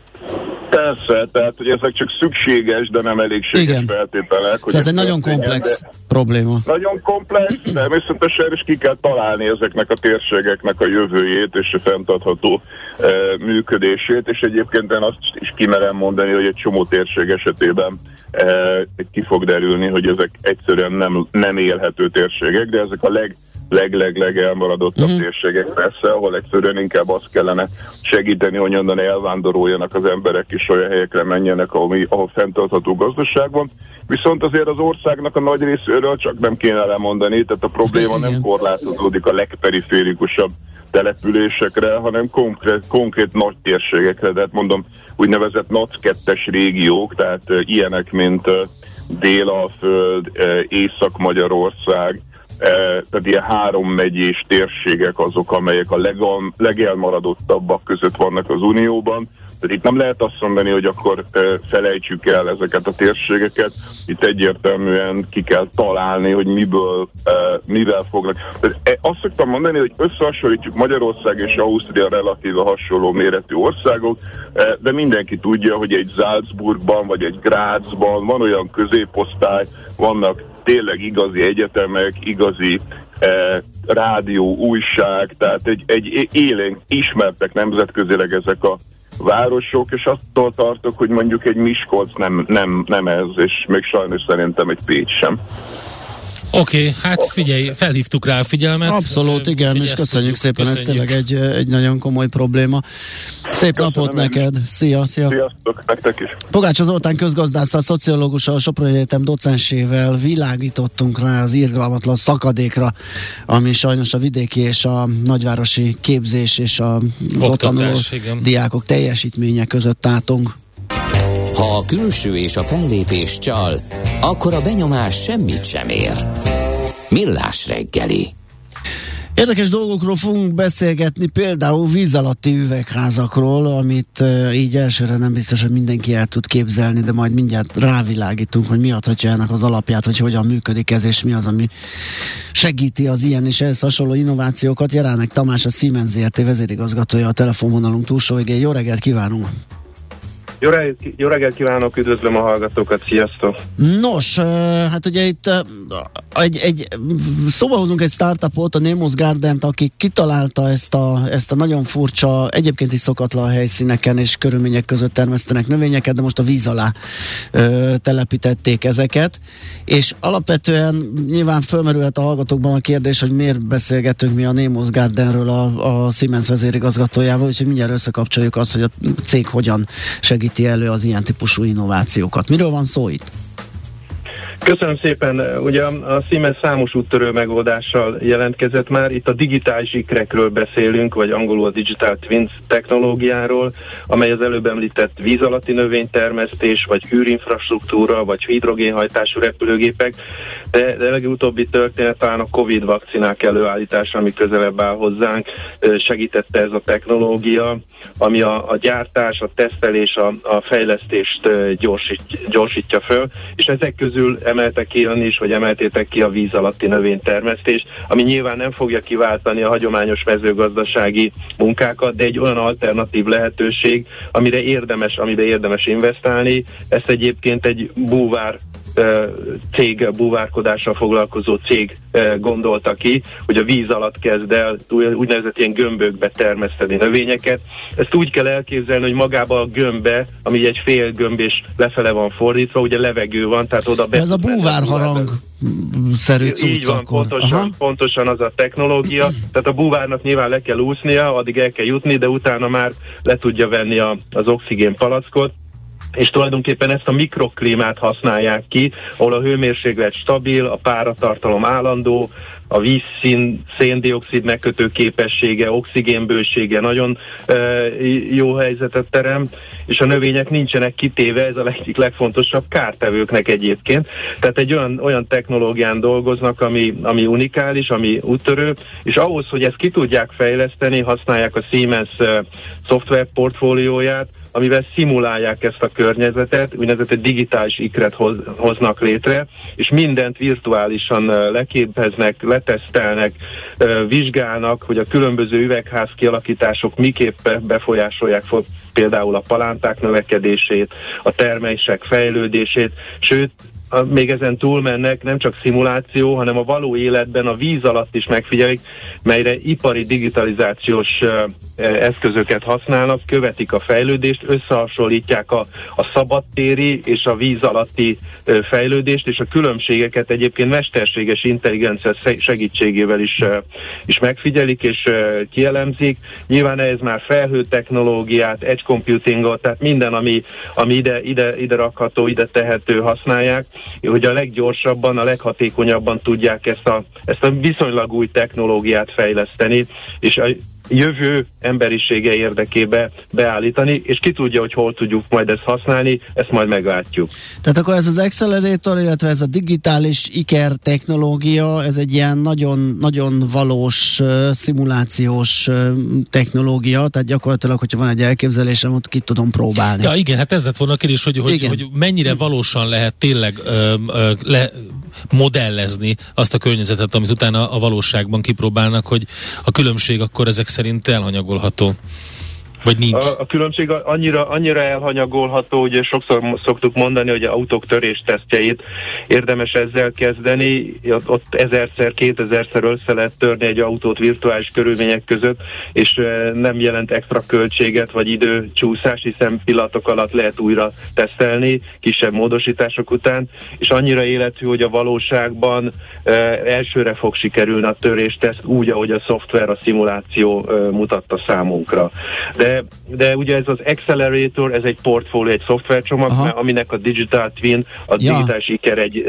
Speaker 7: Persze, tehát hogy ezek csak szükséges, de nem elégséges feltételek.
Speaker 5: Szóval ez egy nagyon komplex probléma.
Speaker 7: Nagyon komplex, természetesen is ki kell találni ezeknek a térségeknek a jövőjét és a fenntartható működését, és egyébként én azt is kimerem mondani, hogy egy csomó térség esetében ki fog derülni, hogy ezek egyszerűen nem élhető térségek, de ezek a legelmaradottabb térségek persze, ahol egyszerűen inkább azt kellene segíteni, hogy onnan elvándoroljanak az emberek, és olyan helyekre menjenek, ahol fenntartható gazdaság van. Viszont azért az országnak a nagy részéről csak nem kéne lemondani, tehát a probléma nem korlátozódik a legperiférikusabb településekre, hanem konkrét nagy térségekre, de hát mondom, úgynevezett NAC 2-es régiók, tehát ilyenek, mint Délalföld, Észak-Magyarország, tehát ilyen 3 megyés térségek azok, amelyek a legelmaradottabbak között vannak az Unióban. Tehát itt nem lehet azt mondani, hogy akkor felejtsük el ezeket a térségeket, itt egyértelműen ki kell találni, hogy mivel fognak. Azt szoktam mondani, hogy összehasonlítjuk Magyarország és Ausztria relatíve hasonló méretű országok, de mindenki tudja, hogy egy Salzburgban vagy egy Grazban van olyan középosztály, vannak tényleg igazi egyetemek, igazi rádió, újság, tehát egy élénk ismertek nemzetközileg ezek a városok, és attól tartok, hogy mondjuk egy Miskolc nem ez, és még sajnos szerintem egy Pécs sem.
Speaker 4: Oké, hát figyelj, felhívtuk rá a figyelmet.
Speaker 5: Abszolút, igen, és köszönjük szépen, ez tényleg egy nagyon komoly probléma. Szép napot neked, szia!
Speaker 7: Sziasztok, nektek is!
Speaker 5: Pogács Zoltán közgazdásszal, szociológussal, a Soproni Egyetem docensével világítottunk rá az irgalmatlan szakadékra, ami sajnos a vidéki és a nagyvárosi képzés és a tanuló diákok teljesítménye között tátong.
Speaker 1: Ha a külső és a fellépés csal, akkor a benyomás semmit sem ér. Millás reggeli.
Speaker 5: Érdekes dolgokról fogunk beszélgetni, például víz alatti üvegházakról, amit így elsőre nem biztos, hogy mindenki el tud képzelni, de majd mindjárt rávilágítunk, hogy mi adhatja ennek az alapját, hogy hogyan működik ez, és mi az, ami segíti az ilyen és ehhez hasonló innovációkat. Jeránek Tamás, a Siemens Zrt. Vezérigazgatója a telefonvonalunk túlsó végén. Jó reggelt kívánunk!
Speaker 8: Jó reggelt kívánok, üdvözlöm a hallgatókat, sziasztok!
Speaker 5: Nos, hát ugye itt szóba hozunk egy startupot, a Nemo's Garden-t, aki kitalálta ezt a nagyon furcsa, egyébként is szokatlan helyszíneken és körülmények között termesztenek növényeket, de most a víz alá telepítették ezeket, és alapvetően nyilván fölmerülhet a hallgatókban a kérdés, hogy miért beszélgetünk mi a Nemo's Gardenről a Siemens vezérigazgatójával, úgyhogy mindjárt összekapcsoljuk azt, hogy a cég hogyan segíti elő az ilyen típusú innovációkat. Miről van szó itt?
Speaker 8: Köszönöm szépen. Ugye a Siemens számos úttörő megoldással jelentkezett már. Itt a digitális ikrekről beszélünk, vagy angolul a Digital Twins technológiáról, amely az előbb említett víz alatti növénytermesztés, vagy űrinfrastruktúra, vagy hidrogénhajtású repülőgépek, de legutóbbi történet talán a Covid vakcinák előállítása, ami közelebb áll hozzánk, segítette ez a technológia, ami a gyártás, a tesztelés, a fejlesztést gyorsítja föl, és ezek közül emeltétek ki a víz alatti növénytermesztést, ami nyilván nem fogja kiváltani a hagyományos mezőgazdasági munkákat, de egy olyan alternatív lehetőség, amibe érdemes investálni. Ezt egyébként egy búvárkodással foglalkozó cég gondolta ki, hogy a víz alatt kezd el úgynevezett ilyen gömbökbe termeszteni növényeket. Ezt úgy kell elképzelni, hogy magába a gömbbe, ami egy fél gömb és lefele van fordítva, ugye levegő van, tehát oda be...
Speaker 5: Ez a búvárharang szerű cucc.
Speaker 8: Így van, pontosan az a technológia. Tehát a búvárnak nyilván le kell úsznia, addig el kell jutni, de utána már le tudja venni az oxigén palackot, és tulajdonképpen ezt a mikroklímát használják ki, ahol a hőmérséklet stabil, a páratartalom állandó, a vízszín, széndioxid megkötő képessége, oxigénbősége nagyon jó helyzetet teremt, és a növények nincsenek kitéve, ez a egyik legfontosabb kártevőknek egyébként. Tehát egy olyan technológián dolgoznak, ami unikális, ami úttörő, és ahhoz, hogy ezt ki tudják fejleszteni, használják a Siemens szoftver portfólióját, amivel szimulálják ezt a környezetet, úgynevezett egy digitális ikret hoznak létre, és mindent virtuálisan leképeznek, letesztelnek, vizsgálnak, hogy a különböző üvegház kialakítások miképp befolyásolják például a palánták növekedését, a termések fejlődését, sőt, még ezen túlmennek, nem csak szimuláció, hanem a való életben a víz alatt is megfigyelik, melyre ipari digitalizációs eszközöket használnak, követik a fejlődést, összehasonlítják a szabadtéri és a víz alatti fejlődést, és a különbségeket egyébként mesterséges intelligencia segítségével is megfigyelik és kielemzik. Nyilván ez már felhő technológiát, edge computingot, tehát minden, ami ide rakható, ide tehető használják, hogy a leggyorsabban, a leghatékonyabban tudják ezt a viszonylag új technológiát fejleszteni, és a jövő emberisége érdekébe beállítani, és ki tudja, hogy hol tudjuk majd ezt használni, ezt majd meglátjuk.
Speaker 5: Tehát akkor ez az Accelerator, illetve ez a digitális IKER technológia, ez egy ilyen nagyon, nagyon valós szimulációs technológia, tehát gyakorlatilag, hogyha van egy elképzelésem, ott ki tudom próbálni.
Speaker 4: Ja, igen, hát ez lett volna a kérdés, hogy mennyire valósan lehet tényleg modellezni azt a környezetet, amit utána a valóságban kipróbálnak, hogy a különbség akkor ezek szerint elhanyagolható. Vagy nincs?
Speaker 8: A különbség annyira elhanyagolható, ugye sokszor szoktuk mondani, hogy autók töréstesztjeit érdemes ezzel kezdeni, ott 1000-szer, 2000-szer össze lehet törni egy autót virtuális körülmények között, és nem jelent extra költséget vagy időcsúszás, hiszen pillanatok alatt lehet újra tesztelni, kisebb módosítások után, és annyira élethű, hogy a valóságban elsőre fog sikerülni a törésteszt, úgy, ahogy a szoftver, a szimuláció mutatta számunkra. De ugye ez az Accelerator, ez egy portfólió, egy szoftvercsomag, aminek a Digital Twin, a digitális IKER egy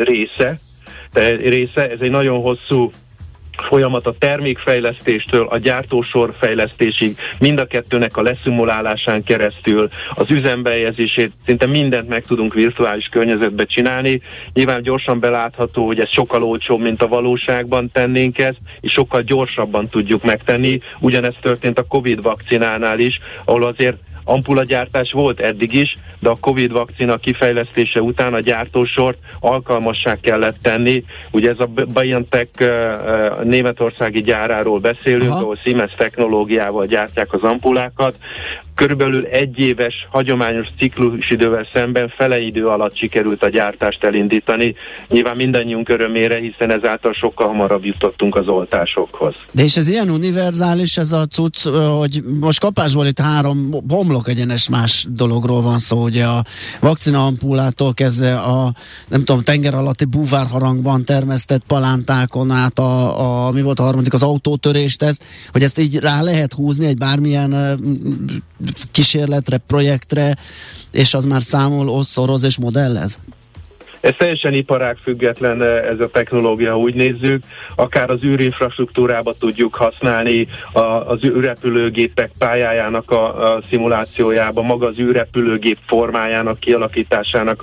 Speaker 8: része. Ez egy nagyon hosszú folyamat a termékfejlesztéstől a gyártósor fejlesztésig, mind a kettőnek a leszimulálásán keresztül, az üzembehelyezését, szinte mindent meg tudunk virtuális környezetbe csinálni. Nyilván gyorsan belátható, hogy ez sokkal olcsóbb, mint a valóságban tennénk ezt, és sokkal gyorsabban tudjuk megtenni. Ugyanezt történt a Covid vakcinánál is, ahol azért ampulagyártás volt eddig is, de a Covid vakcina kifejlesztése után a gyártósort alkalmassá kellett tenni. Ugye ez a BioNTech németországi gyáráról beszélünk, ahol Siemens technológiával gyártják az ampulákat. Körülbelül egy éves hagyományos ciklusidővel szemben fele idő alatt sikerült a gyártást elindítani. Nyilván mindannyiunk örömére, hiszen ezáltal sokkal hamarabb jutottunk az oltásokhoz.
Speaker 5: De és ez ilyen univerzális ez a cucc, hogy most kapásból itt 3 homlok egyenes más dologról van szó, ugye a vakcina ampulától kezdve a nem tudom, tenger alatti búvárharangban termesztett palántákon át mi volt a harmadik, az autótörést, hogy ezt így rá lehet húzni egy bármilyen kísérletre, projektre, és az már számol, oszoroz és modellez?
Speaker 8: Ez teljesen iparág független ez a technológia, úgy nézzük, akár az űrinfrastruktúrába tudjuk használni, az űrrepülőgépek pályájának a szimulációjába, maga az űrrepülőgép formájának, kialakításának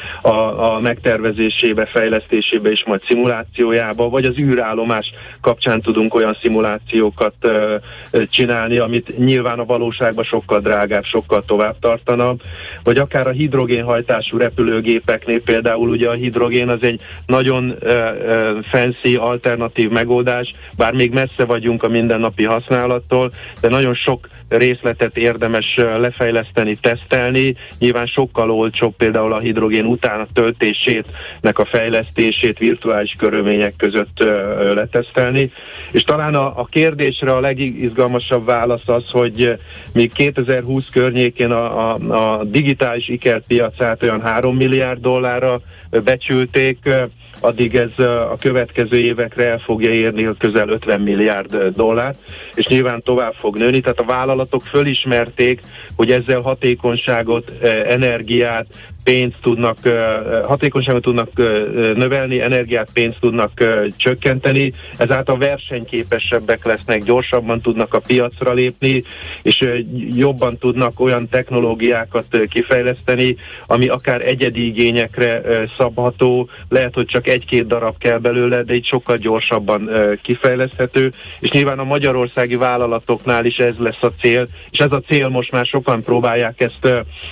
Speaker 8: a megtervezésébe, fejlesztésébe és majd szimulációjába, vagy az űrállomás kapcsán tudunk olyan szimulációkat csinálni, amit nyilván a valóságban sokkal drágább, sokkal tovább tartana, vagy akár a hidrogénhajtású repülőgépeknél például ugye a hidrogén az egy nagyon fancy, alternatív megoldás, bár még messze vagyunk a mindennapi használattól, de nagyon sok részletet érdemes lefejleszteni, tesztelni. Nyilván sokkal olcsóbb például a hidrogén után a töltésének a fejlesztését virtuális körülmények között letesztelni. És talán a kérdésre a legizgalmasabb válasz az, hogy még 2020 környékén a digitális IKER piacát olyan $3 milliárd becsülték, addig ez a következő évekre el fogja érni a közel $50 milliárd, és nyilván tovább fog nőni, tehát a vállalatok fölismerték, hogy ezzel hatékonyságot, energiát, pénzt tudnak, hatékonyságot tudnak növelni, energiát, pénzt tudnak csökkenteni, ezáltal versenyképesebbek lesznek, gyorsabban tudnak a piacra lépni, és jobban tudnak olyan technológiákat kifejleszteni, ami akár egyedi igényekre szabható, lehet, hogy csak 1-2 darab kell belőle, de így sokkal gyorsabban kifejleszthető, és nyilván a magyarországi vállalatoknál is ez lesz a cél, és ez a cél most már sokan próbálják ezt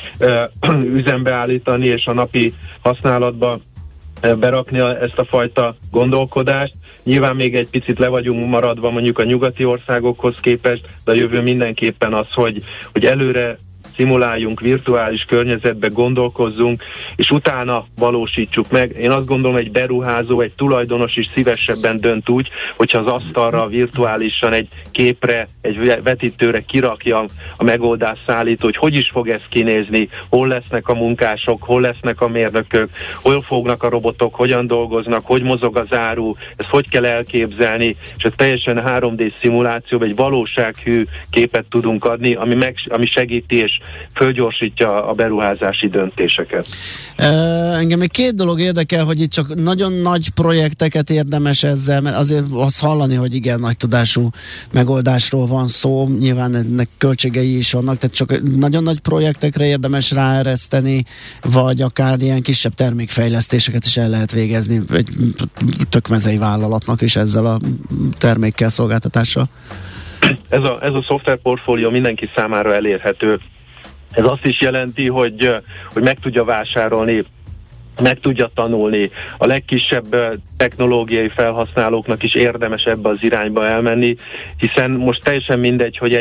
Speaker 8: üzembe állítani, és a napi használatba berakni ezt a fajta gondolkodást. Nyilván még egy picit le vagyunk maradva mondjuk a nyugati országokhoz képest, de a jövő mindenképpen az, hogy előre szimuláljunk, virtuális környezetbe gondolkozzunk, és utána valósítsuk meg. Én azt gondolom, egy beruházó, egy tulajdonos is szívesebben dönt úgy, hogyha az asztalra virtuálisan egy képre, egy vetítőre kirakja a megoldás szállító, hogy is fog ez kinézni, hol lesznek a munkások, hol lesznek a mérnökök, hol fognak a robotok, hogyan dolgoznak, hogy mozog az áru, ezt hogy kell elképzelni, és ez teljesen 3D szimulációban egy valósághű képet tudunk adni, ami segíti és fölgyorsítja a beruházási döntéseket.
Speaker 5: Engem még két dolog érdekel, hogy itt csak nagyon nagy projekteket érdemes ezzel, mert azért azt hallani, hogy igen, nagy tudású megoldásról van szó, nyilván ennek költségei is vannak, tehát csak nagyon nagy projektekre érdemes ráereszteni, vagy akár ilyen kisebb termékfejlesztéseket is el lehet végezni egy tökmezei vállalatnak is ezzel a termékkel, szolgáltatással.
Speaker 8: Ez a szoftverportfólió mindenki számára elérhető. Ez azt is jelenti, hogy meg tudja vásárolni, meg tudja tanulni. A legkisebb technológiai felhasználóknak is érdemes ebbe az irányba elmenni, hiszen most teljesen mindegy, hogy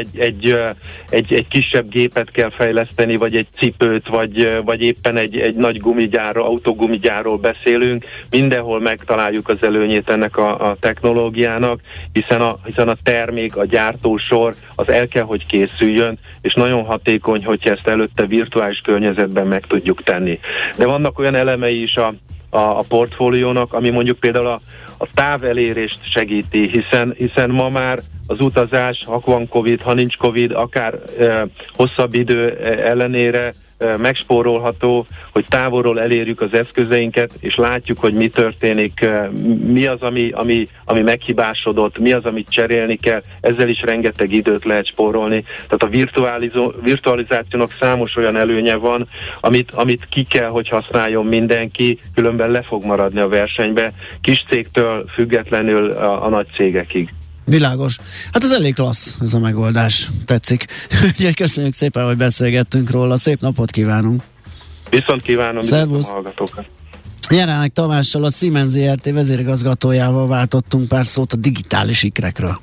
Speaker 8: egy kisebb gépet kell fejleszteni, vagy egy cipőt, vagy éppen egy nagy gumigyárról, autógumigyárról beszélünk, mindenhol megtaláljuk az előnyét ennek a technológiának, hiszen a termék, a gyártósor az el kell, hogy készüljön, és nagyon hatékony, hogyha ezt előtte virtuális környezetben meg tudjuk tenni. De vannak olyan elemei is a portfóliónak, ami mondjuk például a távelérést segíti, hiszen ma már az utazás, ha van Covid, ha nincs Covid, akár hosszabb idő ellenére megspórolható, hogy távolról elérjük az eszközeinket, és látjuk, hogy mi történik, mi az, ami meghibásodott, mi az, amit cserélni kell, ezzel is rengeteg időt lehet spórolni. Tehát a virtualizációnak számos olyan előnye van, amit ki kell, hogy használjon mindenki, különben le fog maradni a versenybe, kis cégtől függetlenül a nagy cégekig.
Speaker 5: Világos. Hát ez elég klassz, ez a megoldás. Tetszik. Úgyhogy köszönjük szépen, hogy beszélgettünk róla. Szép napot kívánunk.
Speaker 8: Viszont kívánom.
Speaker 5: Szervusz.
Speaker 8: Hallgatókat.
Speaker 5: Jelenleg Tamással, a Siemens Zrt. vezérigazgatójával váltottunk pár szót a digitális ikrekről.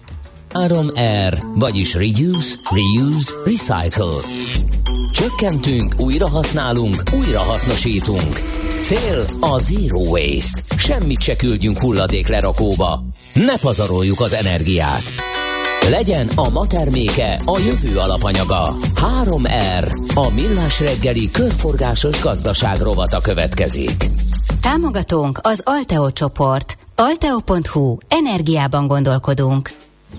Speaker 1: 3R, vagyis Reduce, Reuse, Recycle. Csökkentünk, újrahasználunk, újrahasznosítunk. Cél a Zero Waste. Semmit se küldjünk hulladéklerakóba. Ne pazaroljuk az energiát. Legyen a ma terméke a jövő alapanyaga. 3R, a Millás reggeli körforgásos gazdaság rovata következik.
Speaker 6: Támogatónk az Alteo csoport. Alteo.hu. Energiában gondolkodunk.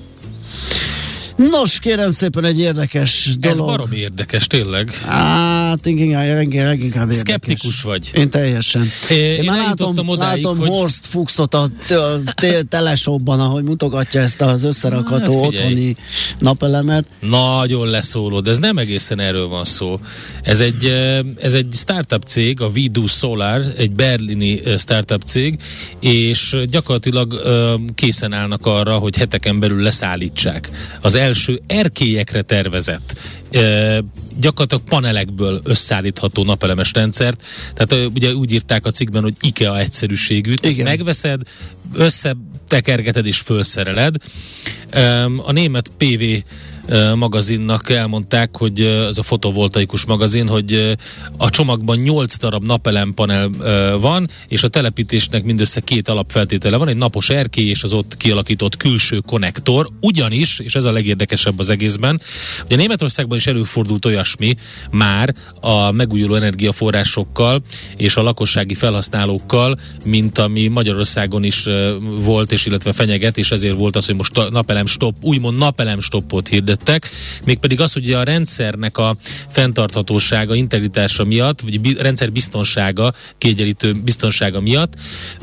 Speaker 5: Nos, kérem szépen, egy érdekes dolog.
Speaker 4: Ez baromi érdekes, tényleg.
Speaker 5: Hát, leginkább érdekes.
Speaker 4: Szkeptikus vagy.
Speaker 5: Én teljesen. Én már látom
Speaker 4: hogy...
Speaker 5: Horst Fuchsot a teleshowban, ahogy mutogatja ezt az összerakható otthoni napelemet.
Speaker 4: Nagyon leszóló, de ez nem egészen erről van szó. Ez egy startup cég, a We Do Solar, egy berlini startup cég, és gyakorlatilag készen állnak arra, hogy heteken belül leszállítsák az első erkélyekre tervezett gyakorlatilag panelekből összeállítható napelemes rendszert. Tehát ugye úgy írták a cikkben, hogy IKEA egyszerűségű. Megveszed, összetekergeted és fölszereled. A német PV magazinnak elmondták, hogy az a fotovoltaikus magazin, hogy a csomagban 8 darab napelempanel van, és a telepítésnek mindössze 2 alapfeltétele van, egy napos erkély és az ott kialakított külső konnektor, ugyanis, és ez a legérdekesebb az egészben, ugye Németországban is előfordult olyasmi már a megújuló energiaforrásokkal és a lakossági felhasználókkal, mint ami Magyarországon is volt, és illetve fenyeget, és ezért volt az, hogy most úgymond napelemstoppot hirdettek, mégpedig az, hogy a rendszernek a fenntarthatósága, integritása miatt, vagy rendszer biztonsága, kiegyenlítő biztonsága miatt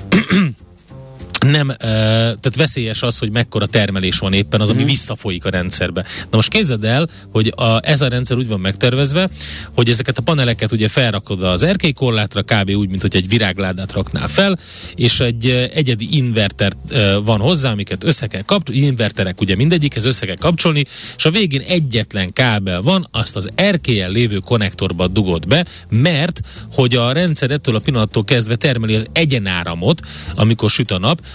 Speaker 4: nem, tehát veszélyes az, hogy mekkora termelés van éppen az, ami visszafolyik a rendszerbe. Na most képzeld el, hogy ez a rendszer úgy van megtervezve, hogy ezeket a paneleket ugye felrakod az erkélykorlátra, kb. Úgy, mint hogy egy virágládát raknál fel, és egy egyedi inverter van hozzá, amiket össze kell kapcsolni, inverterek ugye mindegyikhez össze kell kapcsolni, és a végén egyetlen kábel van, azt az erkélyen lévő konnektorba dugod be, mert hogy a rendszer ettől a pillanattól kezdve termeli az egyenáramot, amikor süt a nap,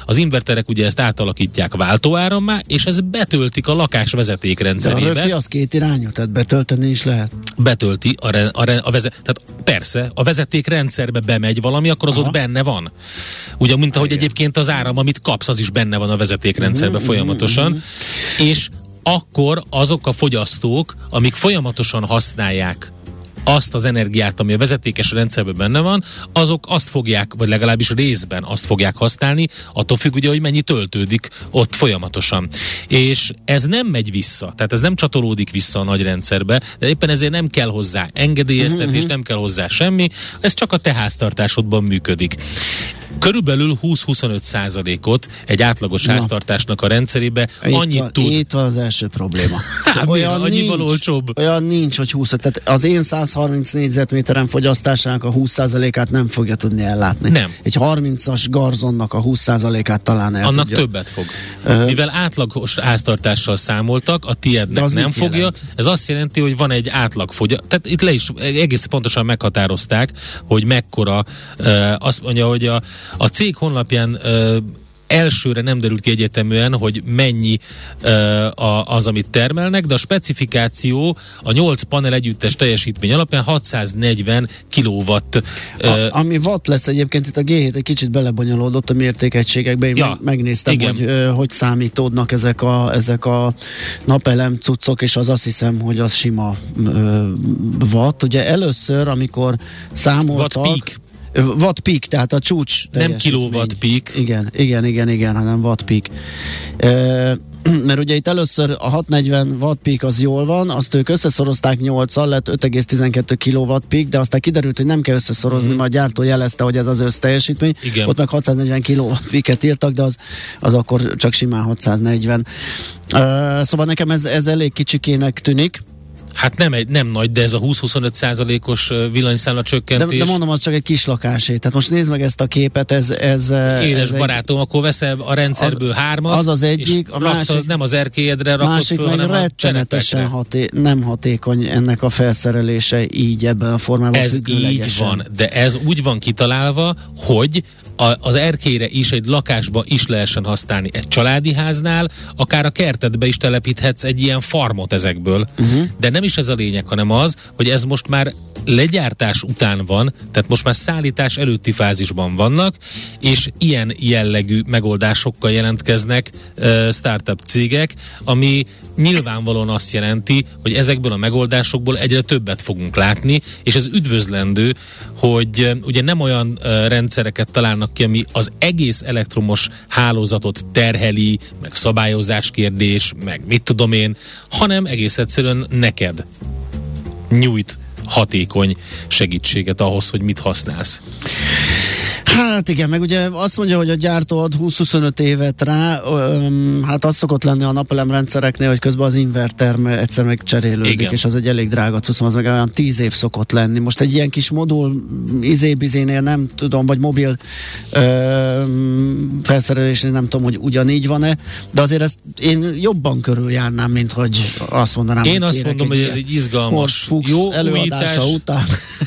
Speaker 4: az inverterek ugye ezt átalakítják váltóárammá, és ez betöltik a lakás vezetékrendszerébe.
Speaker 5: De a röfi az két irányú, tehát betölteni is lehet.
Speaker 4: Betölti tehát persze, a vezetékrendszerbe bemegy valami, akkor az ott benne van. Ugye, mint ahogy egyébként az áram, amit kapsz, az is benne van a vezetékrendszerben folyamatosan. És akkor azok a fogyasztók, amik folyamatosan használják azt az energiát, ami a vezetékes rendszerben benne van, azok azt fogják, vagy legalábbis részben azt fogják használni, attól függ ugye, hogy mennyi töltődik ott folyamatosan. És ez nem megy vissza, tehát ez nem csatolódik vissza a nagy rendszerbe, de éppen ezért nem kell hozzá engedélyeztetés, nem kell hozzá semmi, ez csak a te háztartásodban működik. Körülbelül 20-25%-ot egy átlagos háztartásnak a rendszerébe annyit tud.
Speaker 5: Itt van az első probléma.
Speaker 4: Annyival olcsóbb.
Speaker 5: Olyan nincs, hogy 20, tehát az én 130 négyzetméteren fogyasztásának a 20%-át nem fogja tudni ellátni.
Speaker 4: Nem.
Speaker 5: Egy 30-as garzonnak a 20%-át talán el
Speaker 4: annak
Speaker 5: tudja.
Speaker 4: Többet fog. Mivel átlagos háztartással számoltak, a tiédnek nem fogja. Jelent? Ez azt jelenti, hogy van egy tehát itt le is egész pontosan meghatározták, hogy mekkora, azt mondja, hogy a cég honlapján elsőre nem derült ki egyértelműen, hogy mennyi az, amit termelnek, de a specifikáció a 8 panel együttes teljesítmény alapján 640 kilowatt.
Speaker 5: Ami watt lesz egyébként, itt a G7 egy kicsit belebonyolódott a mértékegységekbe, én megnéztem, hogy számítódnak ezek a napelem cuccok, és az azt hiszem, hogy az sima watt. Ugye először, amikor számoltak... Watt peak, tehát a csúcs
Speaker 4: nem kilowatt peak.
Speaker 5: Igen, hanem watt peak. Mert ugye itt először a 640 watt peak az jól van, azt ők összeszorozták 8-al, lett 5,12 kilowatt peak, de aztán kiderült, hogy nem kell összeszorozni, mert a gyártó jelezte, hogy ez az összteljesítmény.
Speaker 4: Igen.
Speaker 5: Ott meg 640 kilowatt peaket írtak, de az akkor csak simán 640. Szóval nekem ez elég kicsikének tűnik.
Speaker 4: Hát nem nagy, de ez a 20-25%-os villanyszámla csökkentés.
Speaker 5: De mondom, az csak egy kis lakásé. Tehát most nézd meg ezt a képet,
Speaker 4: Édes barátom, akkor veszel a rendszerből 3-at,
Speaker 5: az az egyik, a másik,
Speaker 4: nem az erkélyedre rakod föl, hanem a
Speaker 5: rettenetesen nem hatékony ennek a felszerelése így ebben a formában.
Speaker 4: Ez így van, de ez úgy van kitalálva, hogy az erkélyre is, egy lakásba is lehessen használni. Egy családi háznál, akár a kertedbe is telepíthetsz egy ilyen farmot ezekből. De nem is ez a lényeg, hanem az, hogy ez most már legyártás után van, tehát most már szállítás előtti fázisban vannak, és ilyen jellegű megoldásokkal jelentkeznek startup cégek, ami nyilvánvalóan azt jelenti, hogy ezekből a megoldásokból egyre többet fogunk látni, és ez üdvözlendő, hogy ugye nem olyan rendszereket találnak ki, ami az egész elektromos hálózatot terheli, meg szabályozás kérdés, meg mit tudom én, hanem egész egyszerűen neked nyújt hatékony segítséget ahhoz, hogy mit használsz.
Speaker 5: Hát igen, meg ugye azt mondja, hogy a gyártó ad 20-25 évet rá, hát az szokott lenni a napelem rendszereknél, hogy közben az inverter egyszer megcserélődik, igen. És az egy elég drága cuccom, az meg olyan 10 év szokott lenni. Most egy ilyen kis modul izébizénél nem tudom, vagy mobil felszerelésnél nem tudom, hogy ugyanígy van-e, de azért ezt én jobban körüljárnám, mint hogy azt mondanám.
Speaker 4: Én azt mondom, hogy ez egy izgalmas, jó
Speaker 5: előadása után.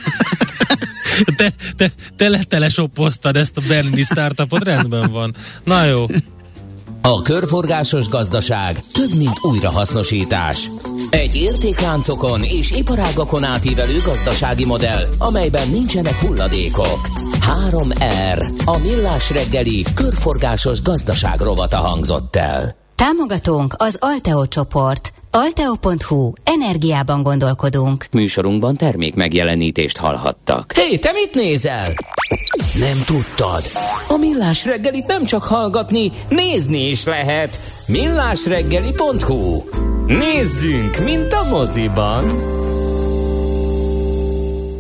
Speaker 4: Te letelesoppoztad ezt a berlini startupot, rendben van. Na jó.
Speaker 1: A körforgásos gazdaság több, mint újrahasznosítás. Egy értékláncokon és iparágakon átívelő gazdasági modell, amelyben nincsenek hulladékok. 3R. A Millás reggeli körforgásos gazdaság rovata hangzott el.
Speaker 6: Támogatónk az Alteo csoport. Alteo.hu. Energiában gondolkodunk.
Speaker 1: Műsorunkban termék megjelenítést hallhattak. Hé, te mit nézel? Nem tudtad? A Millás reggelit nem csak hallgatni, nézni is lehet. millásreggeli.hu. Nézzünk, mint a moziban.